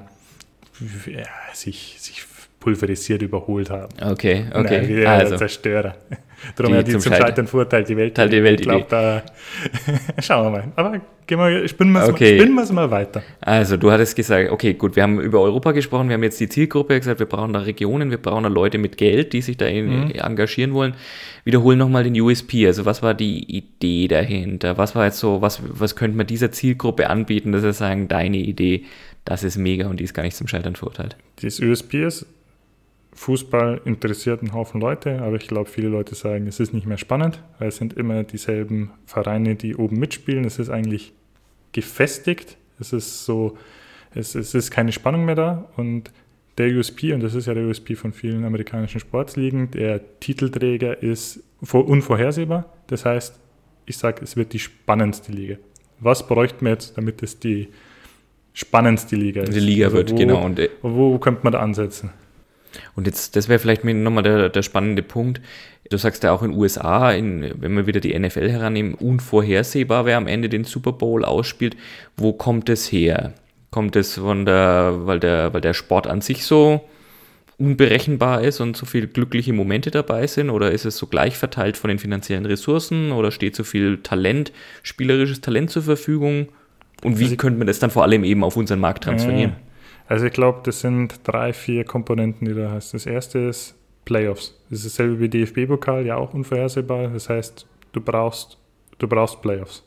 sich pulverisiert überholt haben. Okay. Nein, ich will ja also Zerstörer. Darum ja die zum Scheitern verurteilt, die Welt. Ich glaube, da schauen wir mal. Aber spinnen wir es mal weiter. Also du hattest gesagt, okay, gut, wir haben über Europa gesprochen, wir haben jetzt die Zielgruppe gesagt, wir brauchen da Regionen, wir brauchen da Leute mit Geld, die sich da engagieren wollen. Wiederholen nochmal den USP, also was war die Idee dahinter? Was war jetzt so, was könnte man dieser Zielgruppe anbieten, dass sie sagen, deine Idee, das ist mega und die ist gar nicht zum Scheitern verurteilt? Das USP ist, Fußball interessiert einen Haufen Leute, aber ich glaube, viele Leute sagen, es ist nicht mehr spannend, weil es sind immer dieselben Vereine, die oben mitspielen. Es ist eigentlich gefestigt. Es ist so, es ist keine Spannung mehr da. Und der USP, und das ist ja der USP von vielen amerikanischen Sportsligen, der Titelträger ist unvorhersehbar. Das heißt, ich sage, es wird die spannendste Liga. Was bräuchten wir jetzt, damit es die spannendste Liga ist? Die Liga wird, genau. Und wo könnte man da ansetzen? Und jetzt, das wäre vielleicht nochmal der spannende Punkt. Du sagst ja auch in den USA, wenn wir wieder die NFL herannehmen, unvorhersehbar, wer am Ende den Super Bowl ausspielt. Wo kommt es her? Kommt es weil der Sport an sich so unberechenbar ist und so viele glückliche Momente dabei sind? Oder ist es so gleich verteilt von den finanziellen Ressourcen? Oder steht so viel spielerisches Talent zur Verfügung? Und wie könnte man das dann vor allem eben auf unseren Markt transferieren? Also ich glaube, das sind 3, 4 Komponenten, die du hast. Das erste ist Playoffs. Das ist dasselbe wie DFB-Pokal, ja auch unvorhersehbar. Das heißt, du brauchst Playoffs.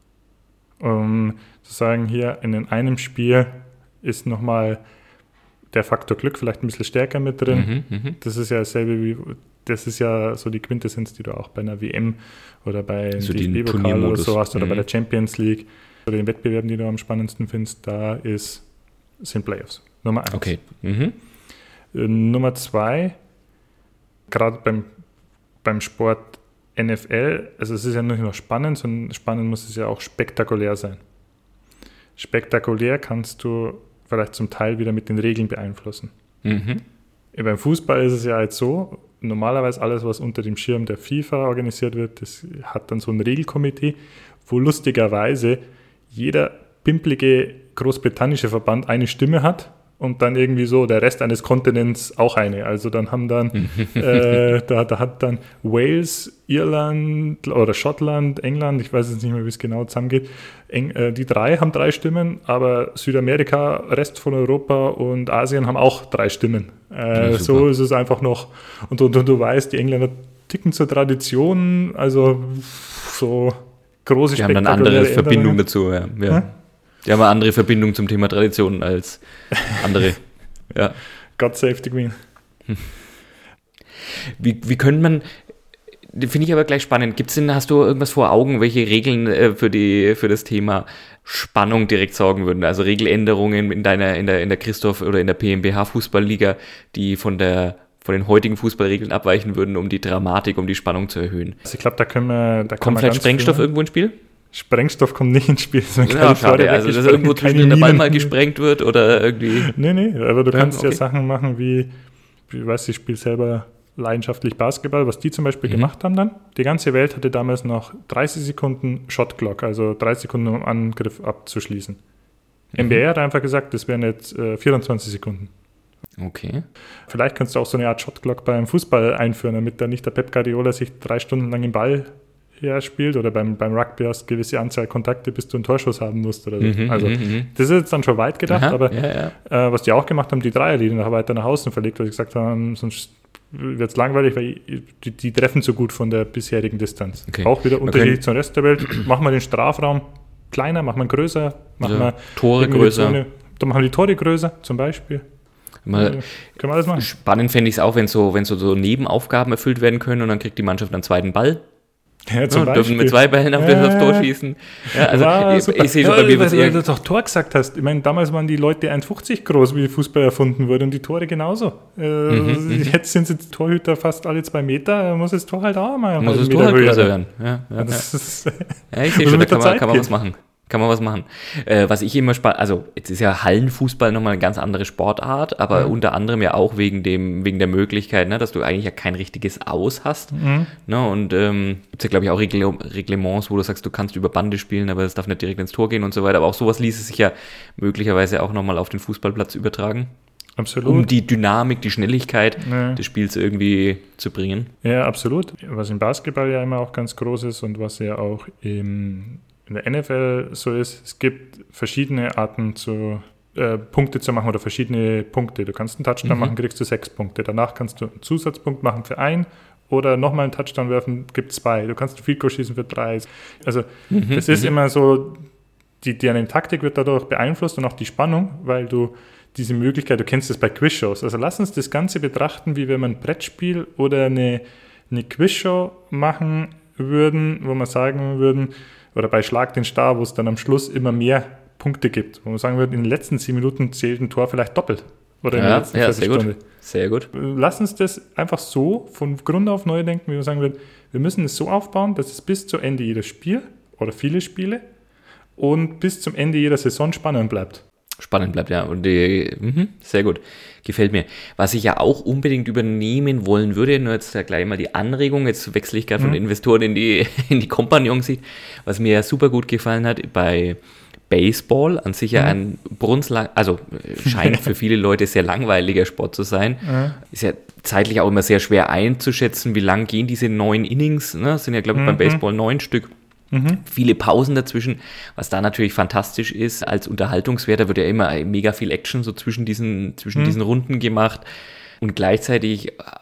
Zu sagen, hier in einem Spiel ist nochmal der Faktor Glück vielleicht ein bisschen stärker mit drin. Das ist ja dasselbe das ist ja so die Quintessenz, die du auch bei einer WM oder bei so einem DFB-Pokal oder so hast oder bei der Champions League oder den Wettbewerben, die du am spannendsten findest, sind Playoffs. Nummer 1. Okay. Nummer 2, gerade beim Sport NFL, also es ist ja nicht nur spannend, sondern spannend muss es ja auch spektakulär sein. Spektakulär kannst du vielleicht zum Teil wieder mit den Regeln beeinflussen. Beim Fußball ist es ja jetzt so, normalerweise alles, was unter dem Schirm der FIFA organisiert wird, das hat dann so ein Regelkomitee, wo lustigerweise jeder pimpelige großbritannische Verband eine Stimme hat und dann irgendwie so der Rest eines Kontinents auch eine. Also dann da hat dann Wales, Irland oder Schottland, England, ich weiß jetzt nicht mehr, wie es genau zusammengeht, die haben 3 Stimmen, aber Südamerika, Rest von Europa und Asien haben auch 3 Stimmen. So ist es einfach noch. Und du weißt, die Engländer ticken zur Tradition, also so große Die haben dann andere Verbindungen dazu, ja. Die haben eine andere Verbindung zum Thema Traditionen als andere. Ja. God save the Queen. Wie könnte man, finde ich aber gleich spannend, hast du irgendwas vor Augen, welche Regeln für das Thema Spannung direkt sorgen würden? Also Regeländerungen in der Christoph oder in der PMBH Fußballliga, die von den heutigen Fußballregeln abweichen würden, um die Dramatik, um die Spannung zu erhöhen. Also ich glaube, da können wir kommt vielleicht Sprengstoff irgendwo ins Spiel? Sprengstoff kommt nicht ins Spiel. Ja, schade. Also, dass irgendwo zwischen der Ball mal gesprengt wird oder irgendwie. Nee, aber du kannst ja Sachen machen wie ich spiele selber leidenschaftlich Basketball, was die zum Beispiel gemacht haben dann. Die ganze Welt hatte damals noch 30 Sekunden Shot Clock, also 30 Sekunden, um Angriff abzuschließen. NBA hat einfach gesagt, das wären jetzt 24 Sekunden. Okay. Vielleicht kannst du auch so eine Art Shot Clock beim Fußball einführen, damit da nicht der Pep Guardiola sich 3 Stunden lang den Ball spielt oder beim Rugby hast du eine gewisse Anzahl Kontakte, bis du einen Torschuss haben musst oder so. Das ist jetzt dann schon weit gedacht, aber was die auch gemacht haben, die Dreierlinie noch weiter nach außen verlegt, weil sie gesagt haben, sonst wird es langweilig, weil die treffen so gut von der bisherigen Distanz. Okay. Auch wieder unterschiedlich zum Rest der Welt. Machen wir den Strafraum kleiner, machen wir ihn größer, machen wir Tore größer. Dann machen wir die Tore größer, zum Beispiel. Können wir alles machen. Spannend fände ich es auch, wenn so Nebenaufgaben erfüllt werden können und dann kriegt die Mannschaft einen zweiten Ball. Ja, dürfen mit 2 Bällen aufs Tor schießen. Ja, also ich sehe schon bei mir, was weil du doch Tor gesagt hast. Ich meine, damals waren die Leute 1,50 groß, wie Fußball erfunden wurde und die Tore genauso. Jetzt sind sie Torhüter fast alle 2 Meter, da muss das Tor halt auch mal muss das Tor halt größer werden. Ich sehe schon, da kann man was machen. Was ich immer also jetzt ist ja Hallenfußball nochmal eine ganz andere Sportart, aber unter anderem ja auch wegen der Möglichkeit, ne, dass du eigentlich ja kein richtiges Aus hast. Ne, und gibt es ja, glaube ich, auch Reglements, wo du sagst, du kannst über Bande spielen, aber es darf nicht direkt ins Tor gehen und so weiter. Aber auch sowas ließe sich ja möglicherweise auch nochmal auf den Fußballplatz übertragen. Absolut. Um die Dynamik, die Schnelligkeit des Spiels irgendwie zu bringen. Ja, absolut. Was im Basketball ja immer auch ganz groß ist und was ja auch in der NFL so ist, es gibt verschiedene Arten Punkte zu machen oder verschiedene Punkte. Du kannst einen Touchdown machen, kriegst du 6 Punkte. Danach kannst du einen Zusatzpunkt machen für 1 oder nochmal einen Touchdown werfen, gibt 2. Du kannst einen Field Goal schießen für 3. Also das ist immer so, deine Taktik wird dadurch beeinflusst und auch die Spannung, weil du diese Möglichkeit, du kennst das bei Quizshows. Also lass uns das Ganze betrachten, wie wenn man ein Brettspiel oder eine Quizshow machen würden, wo wir sagen würden, oder bei Schlag den Star, wo es dann am Schluss immer mehr Punkte gibt. Wo man sagen würde, in den letzten 10 Minuten zählt ein Tor vielleicht doppelt. Oder in der letzten Viertelstunde. Sehr gut. Lass uns das einfach so von Grund auf neu denken, wie wir sagen würden, wir müssen es so aufbauen, dass es bis zu Ende jedes Spiel oder viele Spiele und bis zum Ende jeder Saison spannend bleibt. Ja. Und sehr gut. Gefällt mir. Was ich ja auch unbedingt übernehmen wollen würde, nur jetzt gleich mal die Anregung, jetzt wechsle ich gerade von Investoren in die Kompagnon-Sicht, was mir ja super gut gefallen hat bei Baseball, an sich ja ein scheint für viele Leute sehr langweiliger Sport zu sein. Ist ja zeitlich auch immer sehr schwer einzuschätzen, wie lang gehen diese 9 Innings, ne? Das sind ja, glaube ich, beim Baseball 9 Stück. Viele Pausen dazwischen, was da natürlich fantastisch ist, als Unterhaltungswert, da wird ja immer mega viel Action so zwischen diesen Runden gemacht und gleichzeitig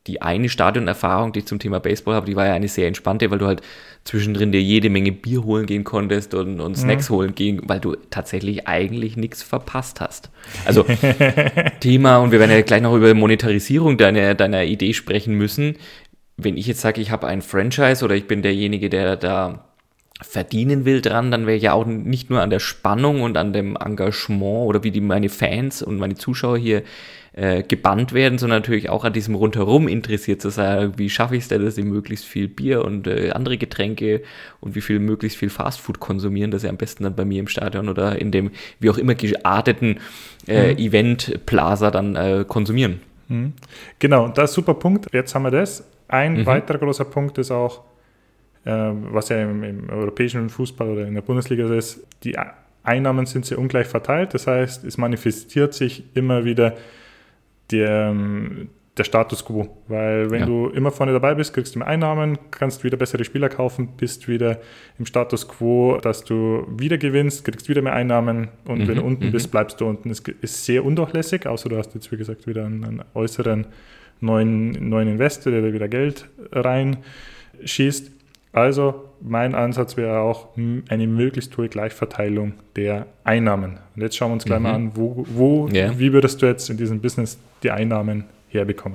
die eine Stadionerfahrung, die ich zum Thema Baseball habe, die war ja eine sehr entspannte, weil du halt zwischendrin dir jede Menge Bier holen gehen konntest und Snacks holen gehen, weil du tatsächlich eigentlich nichts verpasst hast. Also Thema, und wir werden ja gleich noch über Monetarisierung deiner Idee sprechen müssen. Wenn ich jetzt sage, ich habe ein Franchise oder ich bin derjenige, der da verdienen will dran, dann wäre ich ja auch nicht nur an der Spannung und an dem Engagement oder wie meine Fans und meine Zuschauer hier gebannt werden, sondern natürlich auch an diesem Rundherum interessiert zu sein. Wie schaffe ich es denn, dass sie möglichst viel Bier und andere Getränke und möglichst viel Fastfood konsumieren, dass sie am besten dann bei mir im Stadion oder in dem wie auch immer gearteten Event-Plaza dann konsumieren. Genau, das ist ein super Punkt. Jetzt haben wir das. Ein weiterer großer Punkt ist auch, was ja im europäischen Fußball oder in der Bundesliga so ist, die Einnahmen sind sehr ungleich verteilt. Das heißt, es manifestiert sich immer wieder der Status quo. Weil wenn du immer vorne dabei bist, kriegst du mehr Einnahmen, kannst wieder bessere Spieler kaufen, bist wieder im Status quo, dass du wieder gewinnst, kriegst wieder mehr Einnahmen und wenn du unten bist, bleibst du unten. Es ist sehr undurchlässig, außer du hast jetzt, wie gesagt, wieder einen äußeren neuen Investor, der da wieder Geld reinschießt. Also mein Ansatz wäre auch eine möglichst hohe Gleichverteilung der Einnahmen. Und jetzt schauen wir uns gleich mal an, wie würdest du jetzt in diesem Business die Einnahmen herbekommen?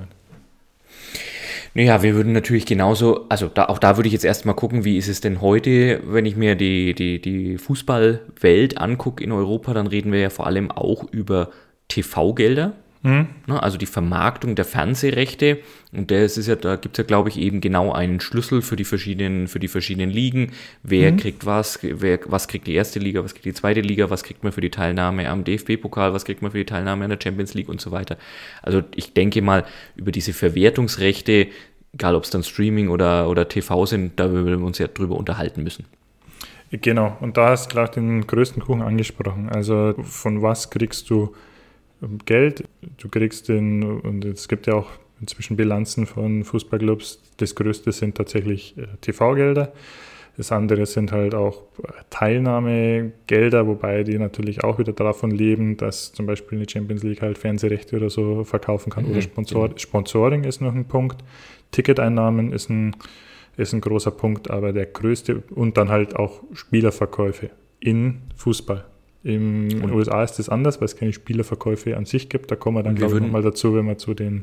Naja, wir würden natürlich genauso, also auch da würde ich jetzt erstmal gucken, wie ist es denn heute, wenn ich mir die Fußballwelt angucke in Europa, dann reden wir ja vor allem auch über TV-Gelder. Also die Vermarktung der Fernsehrechte, und da gibt es ja, glaube ich, eben genau einen Schlüssel für die verschiedenen Ligen. Wer kriegt was kriegt die erste Liga, was kriegt die zweite Liga, was kriegt man für die Teilnahme am DFB-Pokal, was kriegt man für die Teilnahme an der Champions League und so weiter. Also ich denke mal, über diese Verwertungsrechte, egal ob es dann Streaming oder TV sind, da würden wir uns ja drüber unterhalten müssen. Genau, und da hast du gleich den größten Kuchen angesprochen. Also von was kriegst du Geld? Du kriegst und es gibt ja auch inzwischen Bilanzen von Fußballclubs, das größte sind tatsächlich TV-Gelder. Das andere sind halt auch Teilnahmegelder, wobei die natürlich auch wieder davon leben, dass zum Beispiel eine Champions League halt Fernsehrechte oder so verkaufen kann. Oder Sponsoring ist noch ein Punkt. Ticketeinnahmen ist ein großer Punkt, aber der größte, und dann halt auch Spielerverkäufe in Fußball. In den USA ist das anders, weil es keine Spielerverkäufe an sich gibt. Da kommen wir dann, glaube ich, nochmal dazu, wenn wir zu den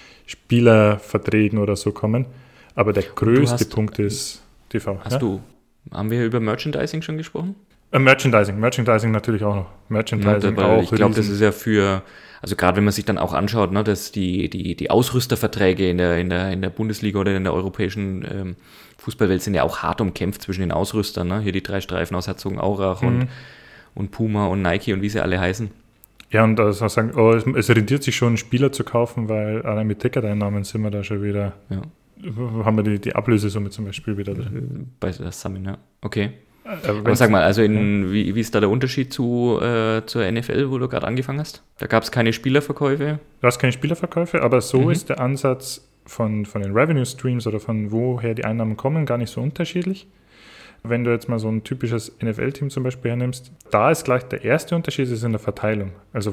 Spielerverträgen oder so kommen. Aber der größte Punkt ist TV. Haben wir über Merchandising schon gesprochen? Merchandising natürlich auch noch. Merchandising auch. Ich glaube, das ist ja also gerade wenn man sich dann auch anschaut, ne, dass die Ausrüsterverträge in der Bundesliga oder in der europäischen Fußballwelt sind ja auch hart umkämpft zwischen den Ausrüstern. Ne? Hier die 3 Streifen aus Herzogenaurach und Puma und Nike und wie sie alle heißen. Ja, und das auch sagen, es rentiert sich schon, einen Spieler zu kaufen, weil allein mit Ticketeinnahmen sind wir da schon wieder, haben wir die Ablösesumme zum Beispiel wieder drin. Bei der Summit, ja. Okay. Aber sag mal, also wie ist da der Unterschied zur NFL, wo du gerade angefangen hast? Da gab es keine Spielerverkäufe? Du hast keine Spielerverkäufe, aber so ist der Ansatz von den Revenue Streams oder von woher die Einnahmen kommen gar nicht so unterschiedlich. Wenn du jetzt mal so ein typisches NFL-Team zum Beispiel hernimmst, da ist gleich der erste Unterschied ist in der Verteilung. Also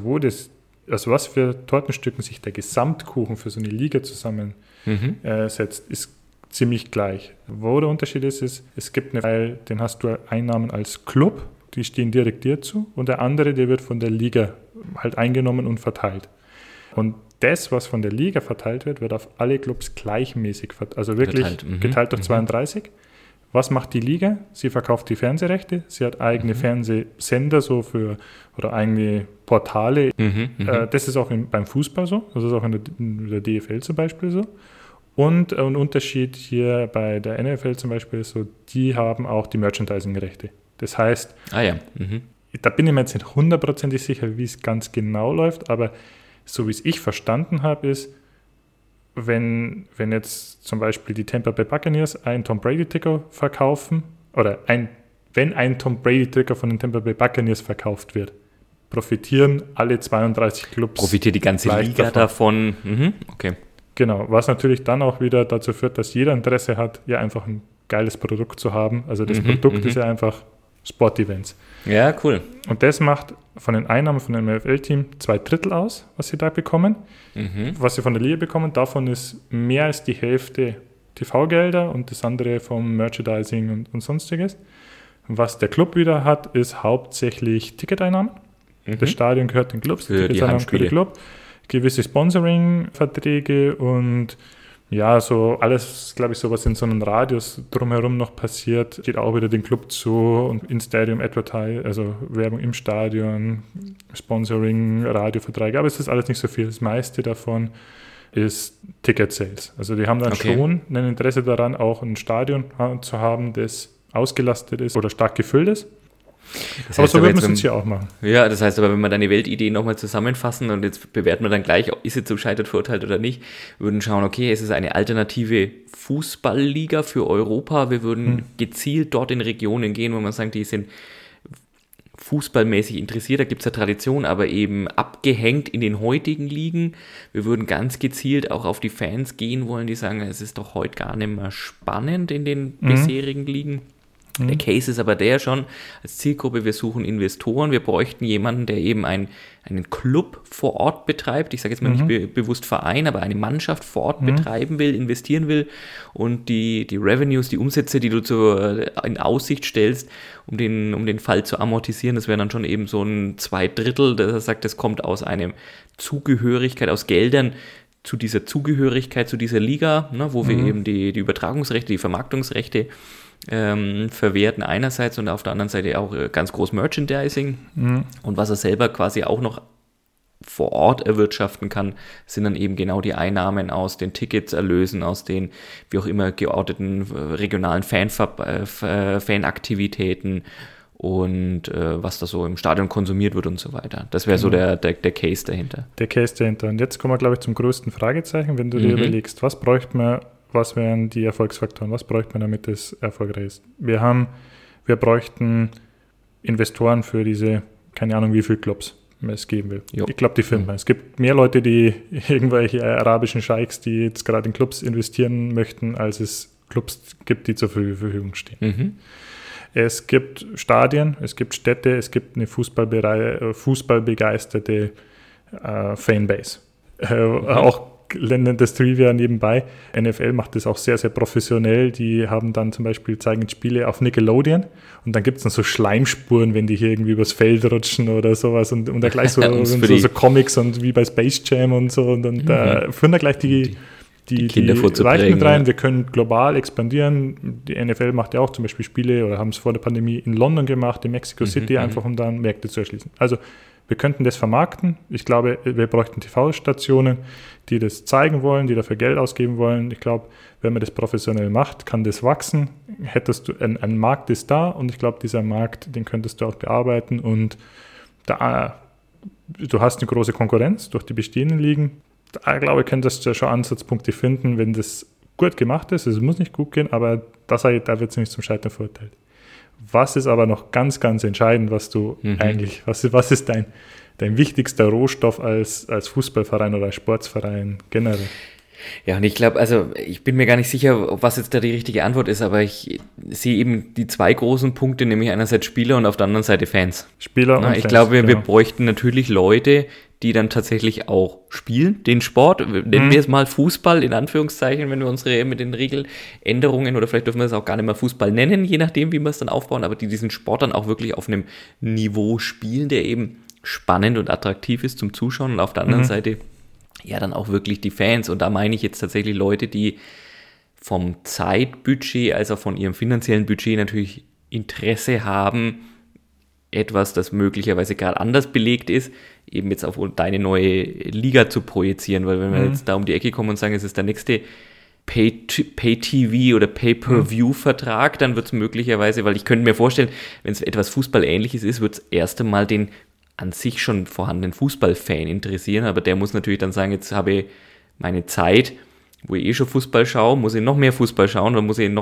was für Tortenstücken sich der Gesamtkuchen für so eine Liga zusammensetzt, ist ziemlich gleich. Wo der Unterschied ist, es gibt einen Teil, den hast du Einnahmen als Club, die stehen direkt dir zu, und der andere, der wird von der Liga halt eingenommen und verteilt. Und das, was von der Liga verteilt wird Mhm. auf alle Clubs gleichmäßig verteilt, also wirklich geteilt durch 32. Was macht die Liga? Sie verkauft die Fernsehrechte, sie hat eigene Fernsehsender oder eigene Portale. Das ist auch beim Fußball so, das ist auch in der DFL zum Beispiel so. Und ein Unterschied hier bei der NFL zum Beispiel ist so, die haben auch die Merchandising-Rechte. Das heißt, da bin ich mir jetzt nicht hundertprozentig sicher, wie es ganz genau läuft, aber so wie es ich verstanden habe, ist, wenn jetzt zum Beispiel die Tampa Bay Buccaneers einen Tom Brady-Trikot verkaufen, oder wenn ein Tom Brady-Trikot von den Tampa Bay Buccaneers verkauft wird, profitieren alle 32 Clubs. Profitiert die ganze Liga davon. Okay. Genau, was natürlich dann auch wieder dazu führt, dass jeder Interesse hat, ja einfach ein geiles Produkt zu haben. Also das Produkt ist ja einfach Sportevents. Ja, cool. Und das macht von den Einnahmen von dem MFL-Team 2/3 aus, was sie da bekommen. Was sie von der Liga bekommen, davon ist mehr als die Hälfte TV-Gelder und das andere vom Merchandising und sonstiges. Was der Club wieder hat, ist hauptsächlich Ticketeinnahmen. Das Stadion gehört den Clubs, für die Heimspiele. Club, gewisse Sponsoring-Verträge und ja, so alles, glaube ich, so was in so einem Radius drumherum noch passiert, geht auch wieder den Club zu und In-Stadium Advertise, also Werbung im Stadion, Sponsoring, Radioverträge, aber es ist alles nicht so viel. Das meiste davon ist Ticket-Sales. Also die haben dann schon ein Interesse daran, auch ein Stadion zu haben, das ausgelastet ist oder stark gefüllt ist. Das aber heißt so aber wird man jetzt, es jetzt hier auch machen. Ja, das heißt aber, wenn wir deine Weltidee nochmal zusammenfassen und jetzt bewerten wir dann gleich, ist sie zum Scheitern verurteilt oder nicht, würden schauen, okay, es ist eine alternative Fußballliga für Europa. Wir würden gezielt dort in Regionen gehen, wo man sagt, die sind fußballmäßig interessiert, da gibt es ja Tradition, aber eben abgehängt in den heutigen Ligen. Wir würden ganz gezielt auch auf die Fans gehen wollen, die sagen, es ist doch heute gar nicht mehr spannend in den bisherigen Ligen. Der Case ist aber der schon, als Zielgruppe, wir suchen Investoren, wir bräuchten jemanden, der eben einen Club vor Ort betreibt, ich sage jetzt mal nicht bewusst Verein, aber eine Mannschaft vor Ort betreiben will, investieren will und die Revenues, die Umsätze, die du in Aussicht stellst, um den Fall zu amortisieren, das wäre dann schon eben so ein 2/3, das sagt, das kommt aus einem Zugehörigkeit, aus Geldern, zu dieser Zugehörigkeit, zu dieser Liga, ne, wo wir eben die Übertragungsrechte, die Vermarktungsrechte verwerten einerseits und auf der anderen Seite auch ganz groß Merchandising. Und was er selber quasi auch noch vor Ort erwirtschaften kann, sind dann eben genau die Einnahmen aus den Ticketserlösen, aus den wie auch immer georteten regionalen Fanaktivitäten und was da so im Stadion konsumiert wird und so weiter. Das wäre so der Case dahinter. Der Case dahinter. Und jetzt kommen wir, glaube ich, zum größten Fragezeichen, wenn du dir überlegst, was bräuchte man, was wären die Erfolgsfaktoren, was bräuchte man, damit es erfolgreich ist? Wir bräuchten Investoren für diese, keine Ahnung, wie viele Clubs es geben will. Jo. Ich glaube, die finden wir. Es gibt mehr Leute, die irgendwelche arabischen Scheiks, die jetzt gerade in Clubs investieren möchten, als es Clubs gibt, die zur Verfügung stehen. Es gibt Stadien, es gibt Städte, es gibt eine fußballbegeisterte Fanbase. Auch das Trivia nebenbei. NFL macht das auch sehr, sehr professionell. Die haben dann zum Beispiel, zeigen Spiele auf Nickelodeon und dann gibt es dann so Schleimspuren, wenn die hier irgendwie übers Feld rutschen oder sowas und da gleich so Comics und wie bei Space Jam und so und dann da führen da gleich die Kinder vorzuprägen, mit rein. Wir können global expandieren. Die NFL macht ja auch zum Beispiel Spiele oder haben es vor der Pandemie in London gemacht, in Mexico City, einfach um dann Märkte zu erschließen. Also wir könnten das vermarkten. Ich glaube, wir bräuchten TV-Stationen, die das zeigen wollen, die dafür Geld ausgeben wollen. Ich glaube, wenn man das professionell macht, kann das wachsen. Hättest du ein Markt ist da und ich glaube, dieser Markt, den könntest du auch bearbeiten und da du hast eine große Konkurrenz durch die bestehenden Ligen. Da glaube ich, könntest du ja schon Ansatzpunkte finden, wenn das gut gemacht ist. Es muss nicht gut gehen, aber da wird es nicht zum Scheitern verurteilt. Was ist aber noch ganz, ganz entscheidend, was du eigentlich, was ist dein wichtigster Rohstoff als Fußballverein oder als Sportsverein generell? Ja, und ich glaube, also ich bin mir gar nicht sicher, was jetzt da die richtige Antwort ist, aber ich sehe eben die zwei großen Punkte, nämlich einerseits Spieler und auf der anderen Seite Fans. Spieler und Fans. Ich glaube, wir bräuchten natürlich Leute, die dann tatsächlich auch spielen, den Sport, nennen wir es mal Fußball, in Anführungszeichen, wenn wir mit den Regeländerungen, oder vielleicht dürfen wir es auch gar nicht mehr Fußball nennen, je nachdem, wie wir es dann aufbauen, aber die diesen Sport dann auch wirklich auf einem Niveau spielen, der eben spannend und attraktiv ist zum Zuschauen und auf der anderen Seite ja dann auch wirklich die Fans, und da meine ich jetzt tatsächlich Leute, die vom Zeitbudget, als auch von ihrem finanziellen Budget natürlich Interesse haben, etwas, das möglicherweise gerade anders belegt ist, eben jetzt auf deine neue Liga zu projizieren, weil wenn wir jetzt da um die Ecke kommen und sagen, es ist der nächste Pay-TV oder Pay-Per-View-Vertrag, dann wird es möglicherweise, weil ich könnte mir vorstellen, wenn es etwas Fußballähnliches ist, wird es erst einmal den an sich schon vorhandenen Fußballfan interessieren, aber der muss natürlich dann sagen, jetzt habe ich meine Zeit, wo ich schon Fußball schaue, muss ich noch mehr Fußball schauen, oder muss ich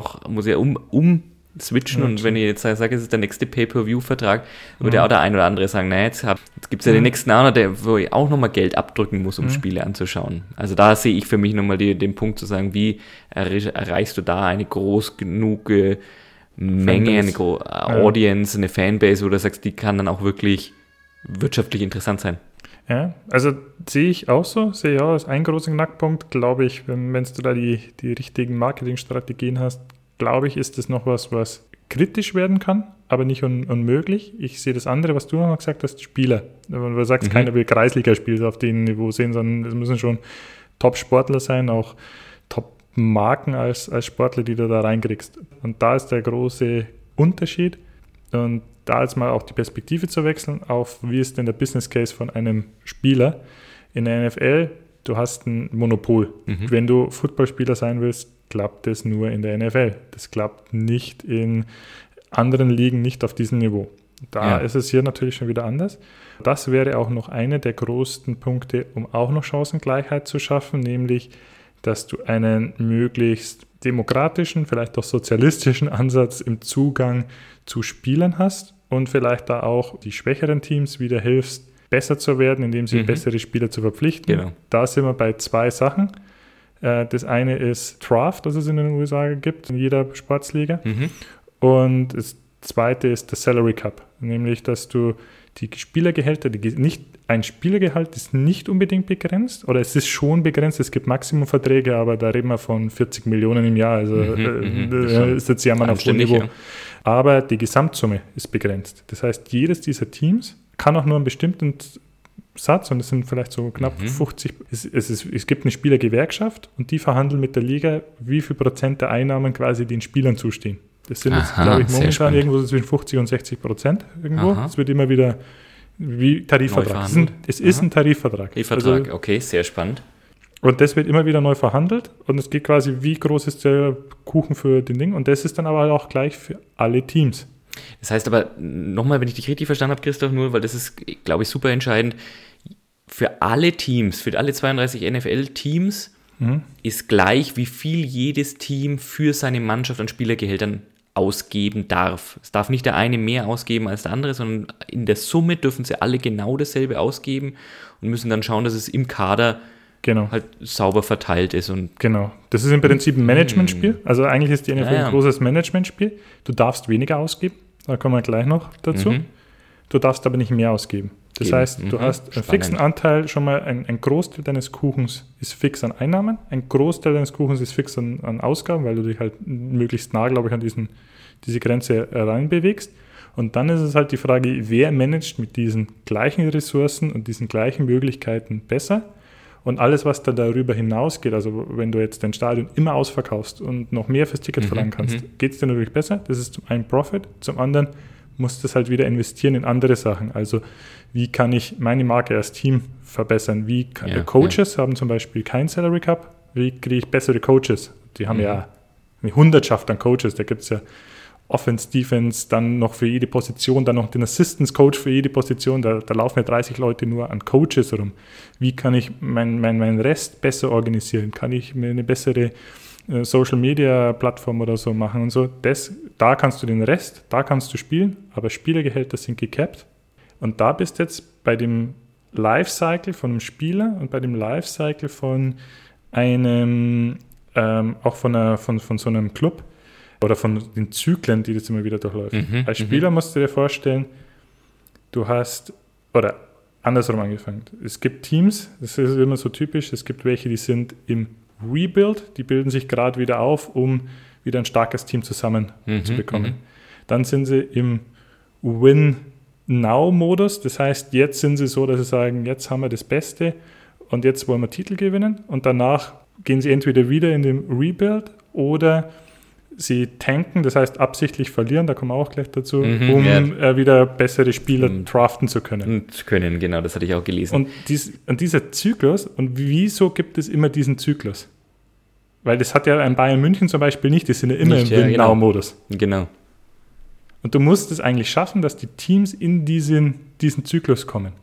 switchen, und wenn ich jetzt sage, es ist der nächste Pay-Per-View-Vertrag, würde auch der ein oder andere sagen, naja, jetzt gibt es ja den nächsten auch noch, wo ich auch nochmal Geld abdrücken muss, um Spiele anzuschauen. Also da sehe ich für mich nochmal den Punkt zu sagen, wie erreichst du da eine groß genug Menge, eine Audience, eine Fanbase, wo du sagst, die kann dann auch wirklich wirtschaftlich interessant sein. Ja, also sehe ich auch so, sehe ich auch als einen großen Knackpunkt, glaube ich, wenn du da die richtigen Marketingstrategien hast, glaube ich, ist das noch was kritisch werden kann, aber nicht unmöglich. Ich sehe das andere, was du noch gesagt hast, Spieler. Wenn du sagst, keiner will Kreisligaspiele auf dem Niveau sehen, sondern es müssen schon Top-Sportler sein, auch Top-Marken als Sportler, die du da reinkriegst. Und da ist der große Unterschied. Und da jetzt mal auch die Perspektive zu wechseln auf, wie ist denn der Business Case von einem Spieler in der NFL? Du hast ein Monopol. Wenn du Footballspieler sein willst, klappt das nur in der NFL. Das klappt nicht in anderen Ligen, nicht auf diesem Niveau. Da ist es hier natürlich schon wieder anders. Das wäre auch noch einer der größten Punkte, um auch noch Chancengleichheit zu schaffen, nämlich, dass du einen möglichst demokratischen, vielleicht auch sozialistischen Ansatz im Zugang zu Spielern hast und vielleicht da auch die schwächeren Teams wieder hilfst, besser zu werden, indem sie bessere Spieler zu verpflichten. Genau. Da sind wir bei 2 Sachen. Das eine ist Draft, das es in den USA gibt, in jeder Sportsliga. Und das zweite ist der Salary Cap, nämlich, dass du die Spielergehälter, ein Spielergehalt ist nicht unbedingt begrenzt, oder es ist schon begrenzt, es gibt Maximumverträge, aber da reden wir von 40 Millionen im Jahr, also ist jetzt ja mal auf hohem Niveau. Ja. Aber die Gesamtsumme ist begrenzt. Das heißt, jedes dieser Teams kann auch nur einen bestimmten Satz, und es sind vielleicht so knapp 50, es gibt eine Spielergewerkschaft und die verhandeln mit der Liga, wie viel Prozent der Einnahmen quasi den Spielern zustehen. Das sind jetzt, glaube ich, momentan irgendwo so zwischen 50 und 60% irgendwo. Es wird immer wieder wie Tarifvertrag. Es ist ein Tarifvertrag. Also, okay, sehr spannend. Und das wird immer wieder neu verhandelt und es geht quasi, wie groß ist der Kuchen für den Ding, und das ist dann aber auch gleich für alle Teams. Das heißt aber, nochmal, wenn ich dich richtig verstanden habe, Christoph, nur, weil das ist, glaube ich, super entscheidend, für alle Teams, für alle 32 NFL-Teams ist gleich, wie viel jedes Team für seine Mannschaft an Spielergehältern ausgeben darf. Es darf nicht der eine mehr ausgeben als der andere, sondern in der Summe dürfen sie alle genau dasselbe ausgeben und müssen dann schauen, dass es im Kader halt sauber verteilt ist. Und genau. Das ist im Prinzip ein Managementspiel. Also eigentlich ist die NFL ein großes Managementspiel. Du darfst weniger ausgeben, da kommen wir gleich noch dazu. Du darfst aber nicht mehr ausgeben. Das heißt, du hast einen fixen Anteil, schon mal ein Großteil deines Kuchens ist fix an Einnahmen, ein Großteil deines Kuchens ist fix an Ausgaben, weil du dich halt möglichst nah, glaube ich, an diese Grenze reinbewegst. Und dann ist es halt die Frage, wer managt mit diesen gleichen Ressourcen und diesen gleichen Möglichkeiten besser? Und alles, was dann darüber hinausgeht, also wenn du jetzt dein Stadion immer ausverkaufst und noch mehr fürs Ticket verlangen kannst, geht es dir natürlich besser. Das ist zum einen Profit, zum anderen musst du es halt wieder investieren in andere Sachen. Also wie kann ich meine Marke als Team verbessern? Coaches haben zum Beispiel kein Salary Cap. Wie kriege ich bessere Coaches? Die haben ja eine Hundertschaft an Coaches. Da gibt es ja Offense, Defense, dann noch für jede Position, dann noch den Assistance Coach für jede Position. Da laufen ja 30 Leute nur an Coaches rum. Wie kann ich meinen Rest besser organisieren? Kann ich mir eine bessere Social-Media-Plattform oder so machen und so. Da kannst du den Rest, da kannst du spielen, aber Spielergehälter sind gecapped. Und da bist du jetzt bei dem Lifecycle von einem Spieler und bei dem Lifecycle von einem, auch von so einem Club oder von den Zyklen, die das immer wieder durchläuft. Als Spieler musst du dir vorstellen, du hast, oder andersrum angefangen, es gibt Teams, das ist immer so typisch, es gibt welche, die sind im Rebuild, die bilden sich gerade wieder auf, um wieder ein starkes Team zusammen zu bekommen. Dann sind sie im Win-Now-Modus, das heißt, jetzt sind sie so, dass sie sagen, jetzt haben wir das Beste und jetzt wollen wir Titel gewinnen, und danach gehen sie entweder wieder in den Rebuild oder sie tanken, das heißt absichtlich verlieren, da kommen wir auch gleich dazu, wieder bessere Spieler draften zu können. Genau, das hatte ich auch gelesen. Und dieser Zyklus, und wieso gibt es immer diesen Zyklus? Weil das hat ja ein Bayern München zum Beispiel nicht, die sind ja immer im Win-Now-Modus. Genau. Und du musst es eigentlich schaffen, dass die Teams in diesen Zyklus kommen.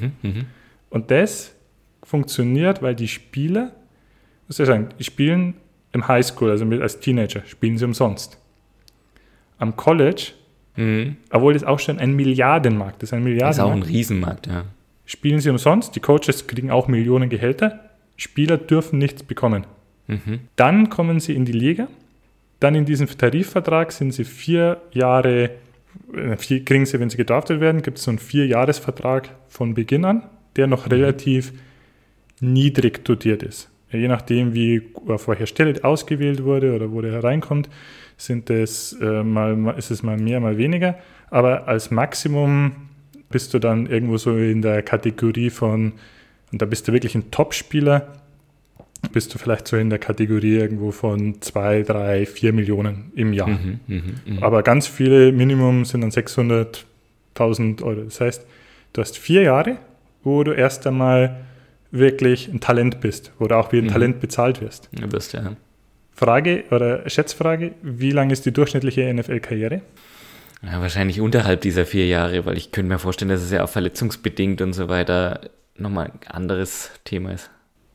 Und das funktioniert, weil die Spieler, muss ich sagen, die spielen im Highschool, also als Teenager, spielen sie umsonst. Am College, obwohl das auch schon ein Milliardenmarkt ist, Das ist auch ein Riesenmarkt, ja. Spielen sie umsonst, die Coaches kriegen auch Millionen Gehälter, Spieler dürfen nichts bekommen. Dann kommen sie in die Liga Dann in diesem Tarifvertrag sind sie 4 Jahre, kriegen sie, wenn sie gedraftet werden, gibt es so einen 4-Jahres-Vertrag von Beginn an, der noch relativ niedrig dotiert ist. Je nachdem, wie auf welcher Stelle ausgewählt wurde oder wo der hereinkommt, ist es mal mehr, mal weniger. Aber als Maximum bist du dann irgendwo so in der Kategorie von, und da bist du wirklich ein Top-Spieler, bist du vielleicht so in der Kategorie irgendwo von 2, 3, 4 Millionen im Jahr. Aber ganz viele Minimum sind dann 600.000 Euro. Das heißt, du hast 4 Jahre, wo du erst einmal wirklich ein Talent bist, wo du auch wie ein Talent bezahlt wirst. Du bist, ja. Frage oder Schätzfrage, wie lang ist die durchschnittliche NFL-Karriere? Ja, wahrscheinlich unterhalb dieser 4 Jahre, weil ich könnte mir vorstellen, dass es ja auch verletzungsbedingt und so weiter nochmal ein anderes Thema ist.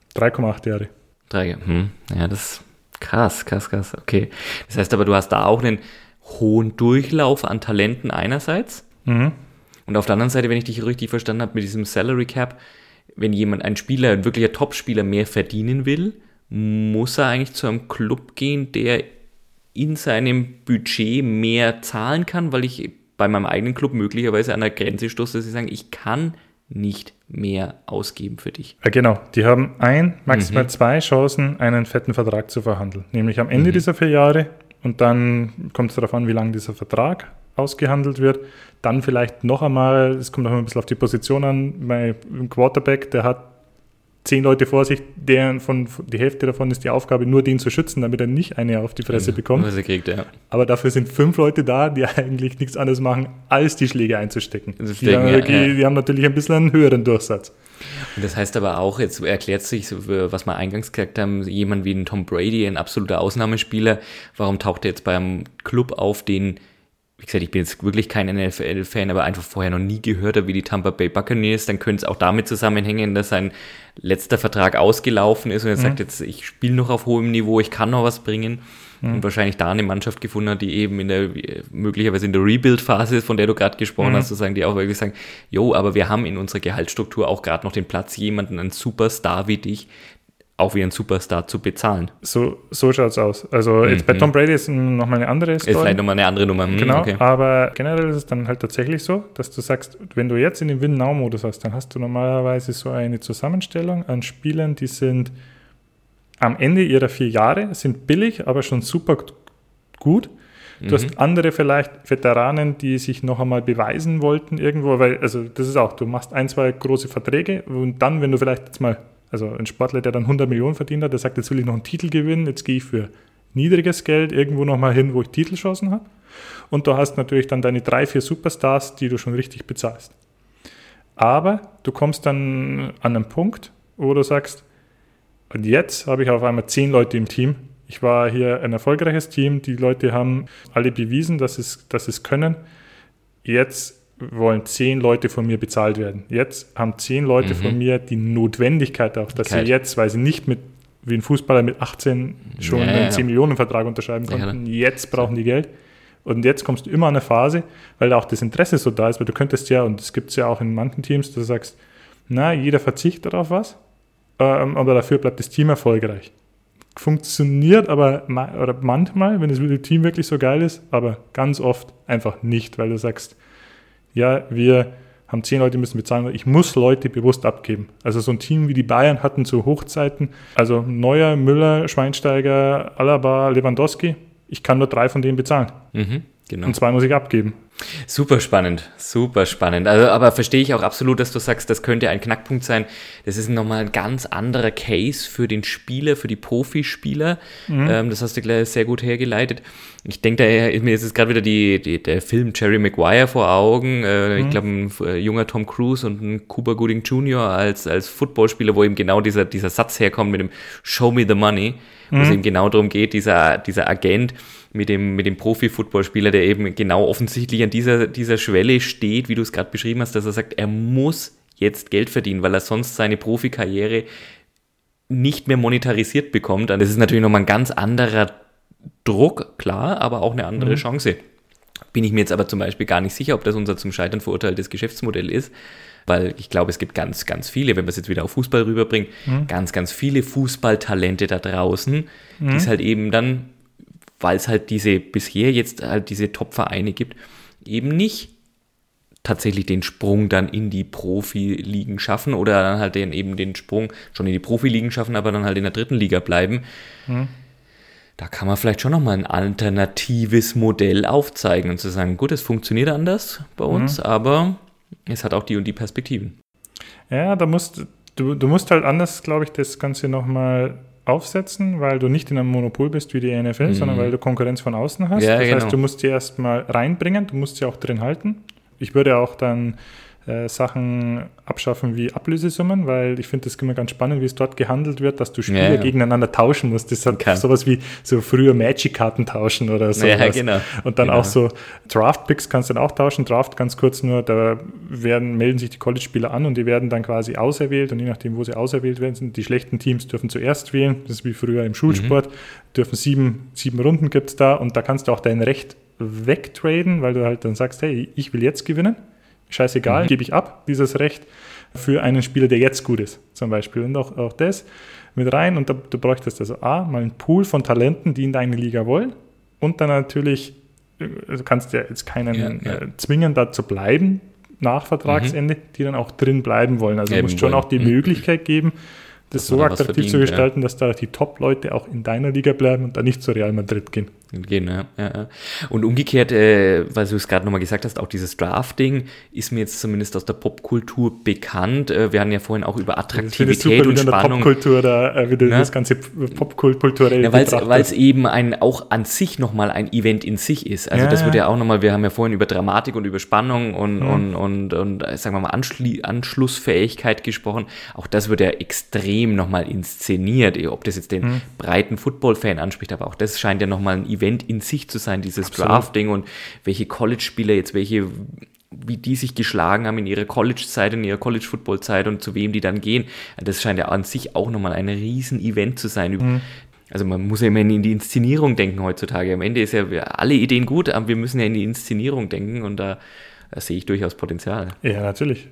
3,8 Jahre. 3, ja, das ist krass, okay. Das heißt aber, du hast da auch einen hohen Durchlauf an Talenten einerseits und auf der anderen Seite, wenn ich dich richtig verstanden habe, mit diesem Salary Cap, wenn ein Spieler, ein wirklicher Top-Spieler mehr verdienen will, muss er eigentlich zu einem Club gehen, der in seinem Budget mehr zahlen kann, weil ich bei meinem eigenen Club möglicherweise an der Grenze stoße, dass sie sagen, ich kann nicht mehr ausgeben für dich. Ja, genau, die haben maximal 2 Chancen, einen fetten Vertrag zu verhandeln. Nämlich am Ende dieser 4 Jahre und dann kommt es darauf an, wie lange dieser Vertrag ausgehandelt wird. Dann vielleicht noch einmal, es kommt auch ein bisschen auf die Position an, bei einem Quarterback, der hat 10 Leute vor sich, die Hälfte davon ist die Aufgabe, nur den zu schützen, damit er nicht eine auf die Fresse bekommt. Was er kriegt, ja. Aber dafür sind 5 Leute da, die eigentlich nichts anderes machen, als die Schläge einzustecken. Die haben natürlich ein bisschen einen höheren Durchsatz. Und das heißt aber auch, jetzt erklärt sich, was wir eingangs gesagt haben, jemand wie ein Tom Brady, ein absoluter Ausnahmespieler, warum taucht er jetzt beim Club auf, den, wie gesagt, ich bin jetzt wirklich kein NFL-Fan, aber einfach vorher noch nie gehört habe, wie die Tampa Bay Buccaneers, dann könnte es auch damit zusammenhängen, dass sein letzter Vertrag ausgelaufen ist und er sagt jetzt, ich spiele noch auf hohem Niveau, ich kann noch was bringen und wahrscheinlich da eine Mannschaft gefunden hat, die eben möglicherweise in der Rebuild-Phase ist, von der du gerade gesprochen hast, sozusagen, die auch wirklich sagen, aber wir haben in unserer Gehaltsstruktur auch gerade noch den Platz, jemanden, einen Superstar wie dich, auch wie ein Superstar zu bezahlen. So schaut es aus. Also jetzt bei Tom Brady ist nochmal eine andere Story. Ist vielleicht nochmal eine andere Nummer. Genau, okay. Aber generell ist es dann halt tatsächlich so, dass du sagst, wenn du jetzt in den Win-Now-Modus hast, dann hast du normalerweise so eine Zusammenstellung an Spielern, die sind am Ende ihrer 4 Jahre, sind billig, aber schon super gut. Du hast andere vielleicht Veteranen, die sich noch einmal beweisen wollten irgendwo, weil, also das ist auch, du machst 1, 2 große Verträge und dann, wenn du vielleicht jetzt mal, also ein Sportler, der dann 100 Millionen verdient hat, der sagt, jetzt will ich noch einen Titel gewinnen, jetzt gehe ich für niedriges Geld irgendwo nochmal hin, wo ich Titelchancen habe. Und du hast natürlich dann deine 3, 4 Superstars, die du schon richtig bezahlst. Aber du kommst dann an einen Punkt, wo du sagst, und jetzt habe ich auf einmal 10 Leute im Team. Ich war hier ein erfolgreiches Team, die Leute haben alle bewiesen, dass es können. Jetzt wollen 10 Leute von mir bezahlt werden. Jetzt haben 10 Leute von mir die Notwendigkeit auch, dass sie jetzt, weil sie nicht wie ein Fußballer mit 18 schon einen 10-Millionen-Vertrag unterschreiben konnten, jetzt brauchen die Geld. Und jetzt kommst du immer an eine Phase, weil da auch das Interesse so da ist, weil du könntest ja, und das gibt es ja auch in manchen Teams, dass du sagst, jeder verzichtet auf was, aber dafür bleibt das Team erfolgreich. Funktioniert aber oder manchmal, wenn das Team wirklich so geil ist, aber ganz oft einfach nicht, weil du sagst, wir haben 10 Leute, die müssen bezahlen, ich muss Leute bewusst abgeben. Also so ein Team wie die Bayern hatten zu Hochzeiten, also Neuer, Müller, Schweinsteiger, Alaba, Lewandowski, ich kann nur 3 von denen bezahlen. Genau. Und 2 muss ich abgeben. Super spannend. Also, aber verstehe ich auch absolut, dass du sagst, das könnte ein Knackpunkt sein. Das ist nochmal ein ganz anderer Case für den Spieler, für die Profispieler. Das hast du gleich sehr gut hergeleitet. Ich denke, mir ist es gerade wieder der Film Jerry Maguire vor Augen. Ich glaube, ein junger Tom Cruise und ein Cuba Gooding Jr. als Footballspieler, wo eben genau dieser Satz herkommt mit dem Show me the money, wo es eben genau darum geht, dieser Agent mit dem Profi-Footballspieler, der eben genau offensichtlich an dieser Schwelle steht, wie du es gerade beschrieben hast, dass er sagt, er muss jetzt Geld verdienen, weil er sonst seine Profikarriere nicht mehr monetarisiert bekommt. Und das ist natürlich nochmal ein ganz anderer Druck, klar, aber auch eine andere Chance. Bin ich mir jetzt aber zum Beispiel gar nicht sicher, ob das unser zum Scheitern verurteiltes Geschäftsmodell ist, weil ich glaube, es gibt ganz, ganz viele, wenn man es jetzt wieder auf Fußball rüberbringt, ganz, ganz viele Fußballtalente da draußen, die es halt eben dann weil es halt bisher jetzt halt diese Top-Vereine gibt, eben nicht tatsächlich den Sprung dann in die Profiligen schaffen oder dann halt den Sprung schon in die Profiligen schaffen, aber dann halt in der 3. Liga bleiben. Da kann man vielleicht schon nochmal ein alternatives Modell aufzeigen und zu sagen, gut, es funktioniert anders bei uns, aber es hat auch die und die Perspektiven. Ja, du musst halt anders, glaube ich, das Ganze nochmal aufsetzen, weil du nicht in einem Monopol bist wie die NFL, sondern weil du Konkurrenz von außen hast. Ja, das genau. heißt, du musst sie erstmal reinbringen, du musst sie auch drin halten. Ich würde auch dann Sachen abschaffen wie Ablösesummen, weil ich finde das immer ganz spannend, wie es dort gehandelt wird, dass du Spieler gegeneinander tauschen musst. Das hat sowas wie so früher Magic-Karten tauschen oder so. Ja, genau. Und dann auch so Draft-Picks kannst du dann auch tauschen. Draft ganz kurz nur, da melden sich die College-Spieler an und die werden dann quasi auserwählt und je nachdem, wo sie auserwählt werden, sind die schlechten Teams dürfen zuerst wählen. Das ist wie früher im Schulsport. Dürfen sieben Runden gibt es da und da kannst du auch dein Recht wegtraden, weil du halt dann sagst, hey, ich will jetzt gewinnen. Scheißegal, gebe ich ab, dieses Recht für einen Spieler, der jetzt gut ist, zum Beispiel. Und auch das mit rein. Und du bräuchtest also mal einen Pool von Talenten, die in deine Liga wollen. Und dann natürlich, du kannst ja jetzt keinen zwingen, da zu bleiben nach Vertragsende, die dann auch drin bleiben wollen. Also du musst schon auch die Möglichkeit geben, das so attraktiv zu gestalten, dass da die Top-Leute auch in deiner Liga bleiben und da nicht zu Real Madrid gehen. Ja. Und umgekehrt, weil du es gerade nochmal gesagt hast, auch dieses Drafting ist mir jetzt zumindest aus der Popkultur bekannt. Wir hatten ja vorhin auch über Attraktivität und Spannung. Popkultur da wieder das ganze popkulturell betrachtet. Weil es eben auch an sich nochmal ein Event in sich ist. Also das wird ja auch nochmal, wir haben ja vorhin über Dramatik und über Spannung und sagen wir mal Anschlussfähigkeit gesprochen. Auch das wird ja extrem nochmal inszeniert, ob das jetzt den breiten Football-Fan anspricht, aber auch das scheint ja nochmal ein Event in sich zu sein, dieses Drafting und welche College-Spieler jetzt wie die sich geschlagen haben in ihrer College-Zeit, in ihrer College-Football-Zeit und zu wem die dann gehen. Das scheint ja an sich auch nochmal ein Riesen-Event zu sein. Also man muss ja immer in die Inszenierung denken heutzutage. Am Ende ist ja alle Ideen gut, aber wir müssen ja in die Inszenierung denken und da sehe ich durchaus Potenzial. Ja, natürlich.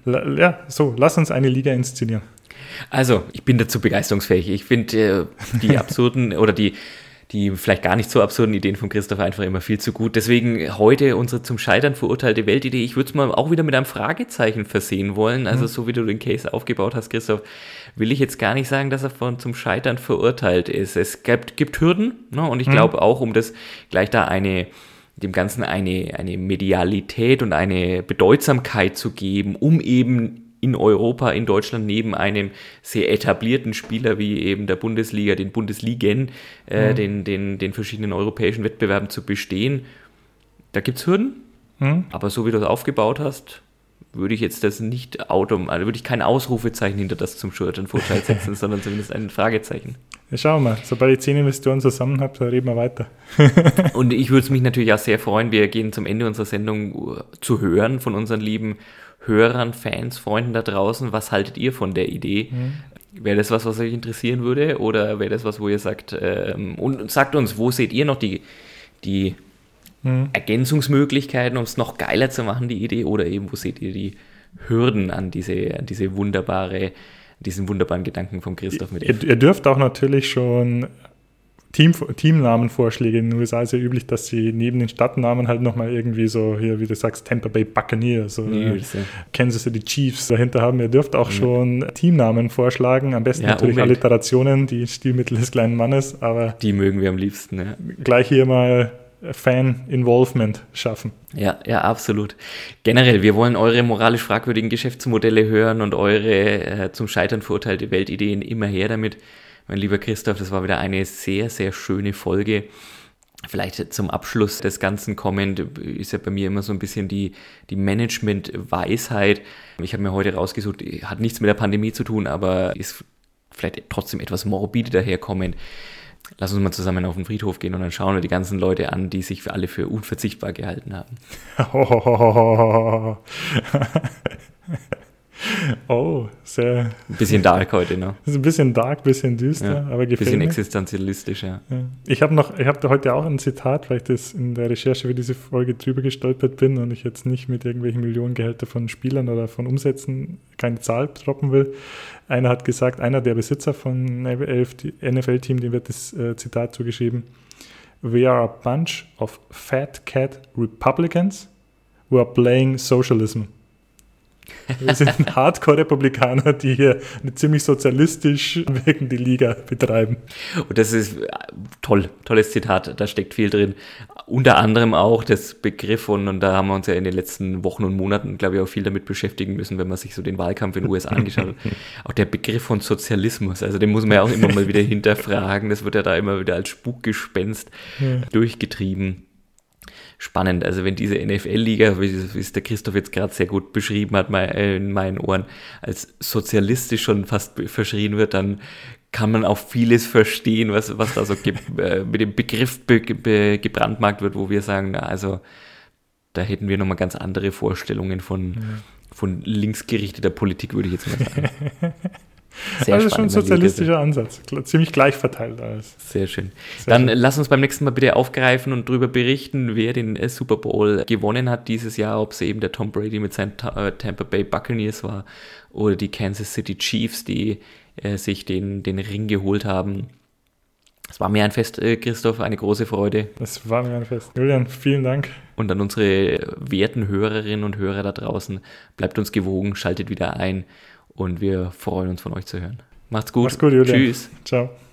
Lass uns eine Liga inszenieren. Also, ich bin dazu begeisterungsfähig. Ich finde die absurden oder die vielleicht gar nicht so absurden Ideen von Christoph einfach immer viel zu gut. Deswegen heute unsere zum Scheitern verurteilte Weltidee. Ich würde es mal auch wieder mit einem Fragezeichen versehen wollen. Also so wie du den Case aufgebaut hast, Christoph, will ich jetzt gar nicht sagen, dass er zum Scheitern verurteilt ist. Es gibt Hürden, ne? Und ich glaube auch, um das gleich da dem Ganzen eine Medialität und eine Bedeutsamkeit zu geben, um eben in Europa, in Deutschland neben einem sehr etablierten Spieler wie eben der Bundesliga, den Bundesligen, den verschiedenen europäischen Wettbewerben zu bestehen. Da gibt es Hürden, aber so wie du es aufgebaut hast, würde ich jetzt das nicht würde ich kein Ausrufezeichen hinter das zum Scheitern setzen, sondern zumindest ein Fragezeichen. Ja, schauen wir mal, sobald ich 10 Investoren zusammen habe, reden wir weiter. Und ich würde es mich natürlich auch sehr freuen, wir gehen zum Ende unserer Sendung zu hören von unseren lieben Hörern, Fans, Freunden da draußen. Was haltet ihr von der Idee? Wäre das was euch interessieren würde? Oder wäre das was, wo ihr sagt, und sagt uns, wo seht ihr noch die Ergänzungsmöglichkeiten, um es noch geiler zu machen, die Idee? Oder eben, wo seht ihr die Hürden an diesen wunderbaren Gedanken von Christoph mit ihr dürft auch natürlich schon Teamnamenvorschläge. In den USA ist ja üblich, dass sie neben den Stadtnamen halt nochmal irgendwie so, hier, wie du sagst, Tampa Bay Buccaneers oder Kansas City Chiefs dahinter haben. Ihr dürft auch schon Teamnamen vorschlagen. Am besten natürlich Alliterationen, die Stilmittel des kleinen Mannes, aber die mögen wir am liebsten. Gleich hier mal Fan-Involvement schaffen. Ja, absolut. Generell, wir wollen eure moralisch fragwürdigen Geschäftsmodelle hören und eure zum Scheitern verurteilte Weltideen immer her damit. Mein lieber Christoph, das war wieder eine sehr, sehr schöne Folge. Vielleicht zum Abschluss des Ganzen kommend ist ja bei mir immer so ein bisschen die Management-Weisheit. Ich habe mir heute rausgesucht, hat nichts mit der Pandemie zu tun, aber ist vielleicht trotzdem etwas morbide daherkommend. Lass uns mal zusammen auf den Friedhof gehen und dann schauen wir die ganzen Leute an, die sich für alle für unverzichtbar gehalten haben. Oh, sehr... Ein bisschen dark heute, ne? Das ist ein bisschen dark, ein bisschen düster, aber gefällt mir. Ein bisschen existenzialistisch, ja. Ich habe heute auch ein Zitat, weil ich das in der Recherche für diese Folge drüber gestolpert bin und ich jetzt nicht mit irgendwelchen Millionengehältern von Spielern oder von Umsätzen keine Zahl droppen will. Einer hat gesagt, einer der Besitzer von NFL-Team, dem wird das Zitat zugeschrieben: we are a bunch of fat cat Republicans who are playing socialism. Wir sind Hardcore-Republikaner, die hier eine ziemlich sozialistisch wirkende Liga betreiben. Und das ist tolles Zitat, da steckt viel drin. Unter anderem auch das Begriff, und da haben wir uns ja in den letzten Wochen und Monaten, glaube ich, auch viel damit beschäftigen müssen, wenn man sich so den Wahlkampf in den USA angeschaut hat. Auch der Begriff von Sozialismus, also den muss man ja auch immer mal wieder hinterfragen. Das wird ja da immer wieder als Spukgespenst durchgetrieben. Spannend, also wenn diese NFL-Liga, wie es der Christoph jetzt gerade sehr gut beschrieben hat, in meinen Ohren, als sozialistisch schon fast verschrien wird, dann kann man auch vieles verstehen, was da so mit dem Begriff gebrandmarkt wird, wo wir sagen, also da hätten wir nochmal ganz andere Vorstellungen von linksgerichteter Politik, würde ich jetzt mal sagen. Sehr also schon ein sozialistischer Ansatz, ziemlich gleich verteilt alles. Sehr schön. Dann lass uns beim nächsten Mal bitte aufgreifen und darüber berichten, wer den Super Bowl gewonnen hat dieses Jahr, ob es eben der Tom Brady mit seinen Tampa Bay Buccaneers war oder die Kansas City Chiefs, die sich den Ring geholt haben. Es war mir ein Fest, Christoph, eine große Freude. Das war mir ein Fest. Julian, vielen Dank. Und an unsere werten Hörerinnen und Hörer da draußen, bleibt uns gewogen, schaltet wieder ein. Und wir freuen uns, von euch zu hören. Macht's gut. Mach's gut, Julian. Tschüss. Ciao.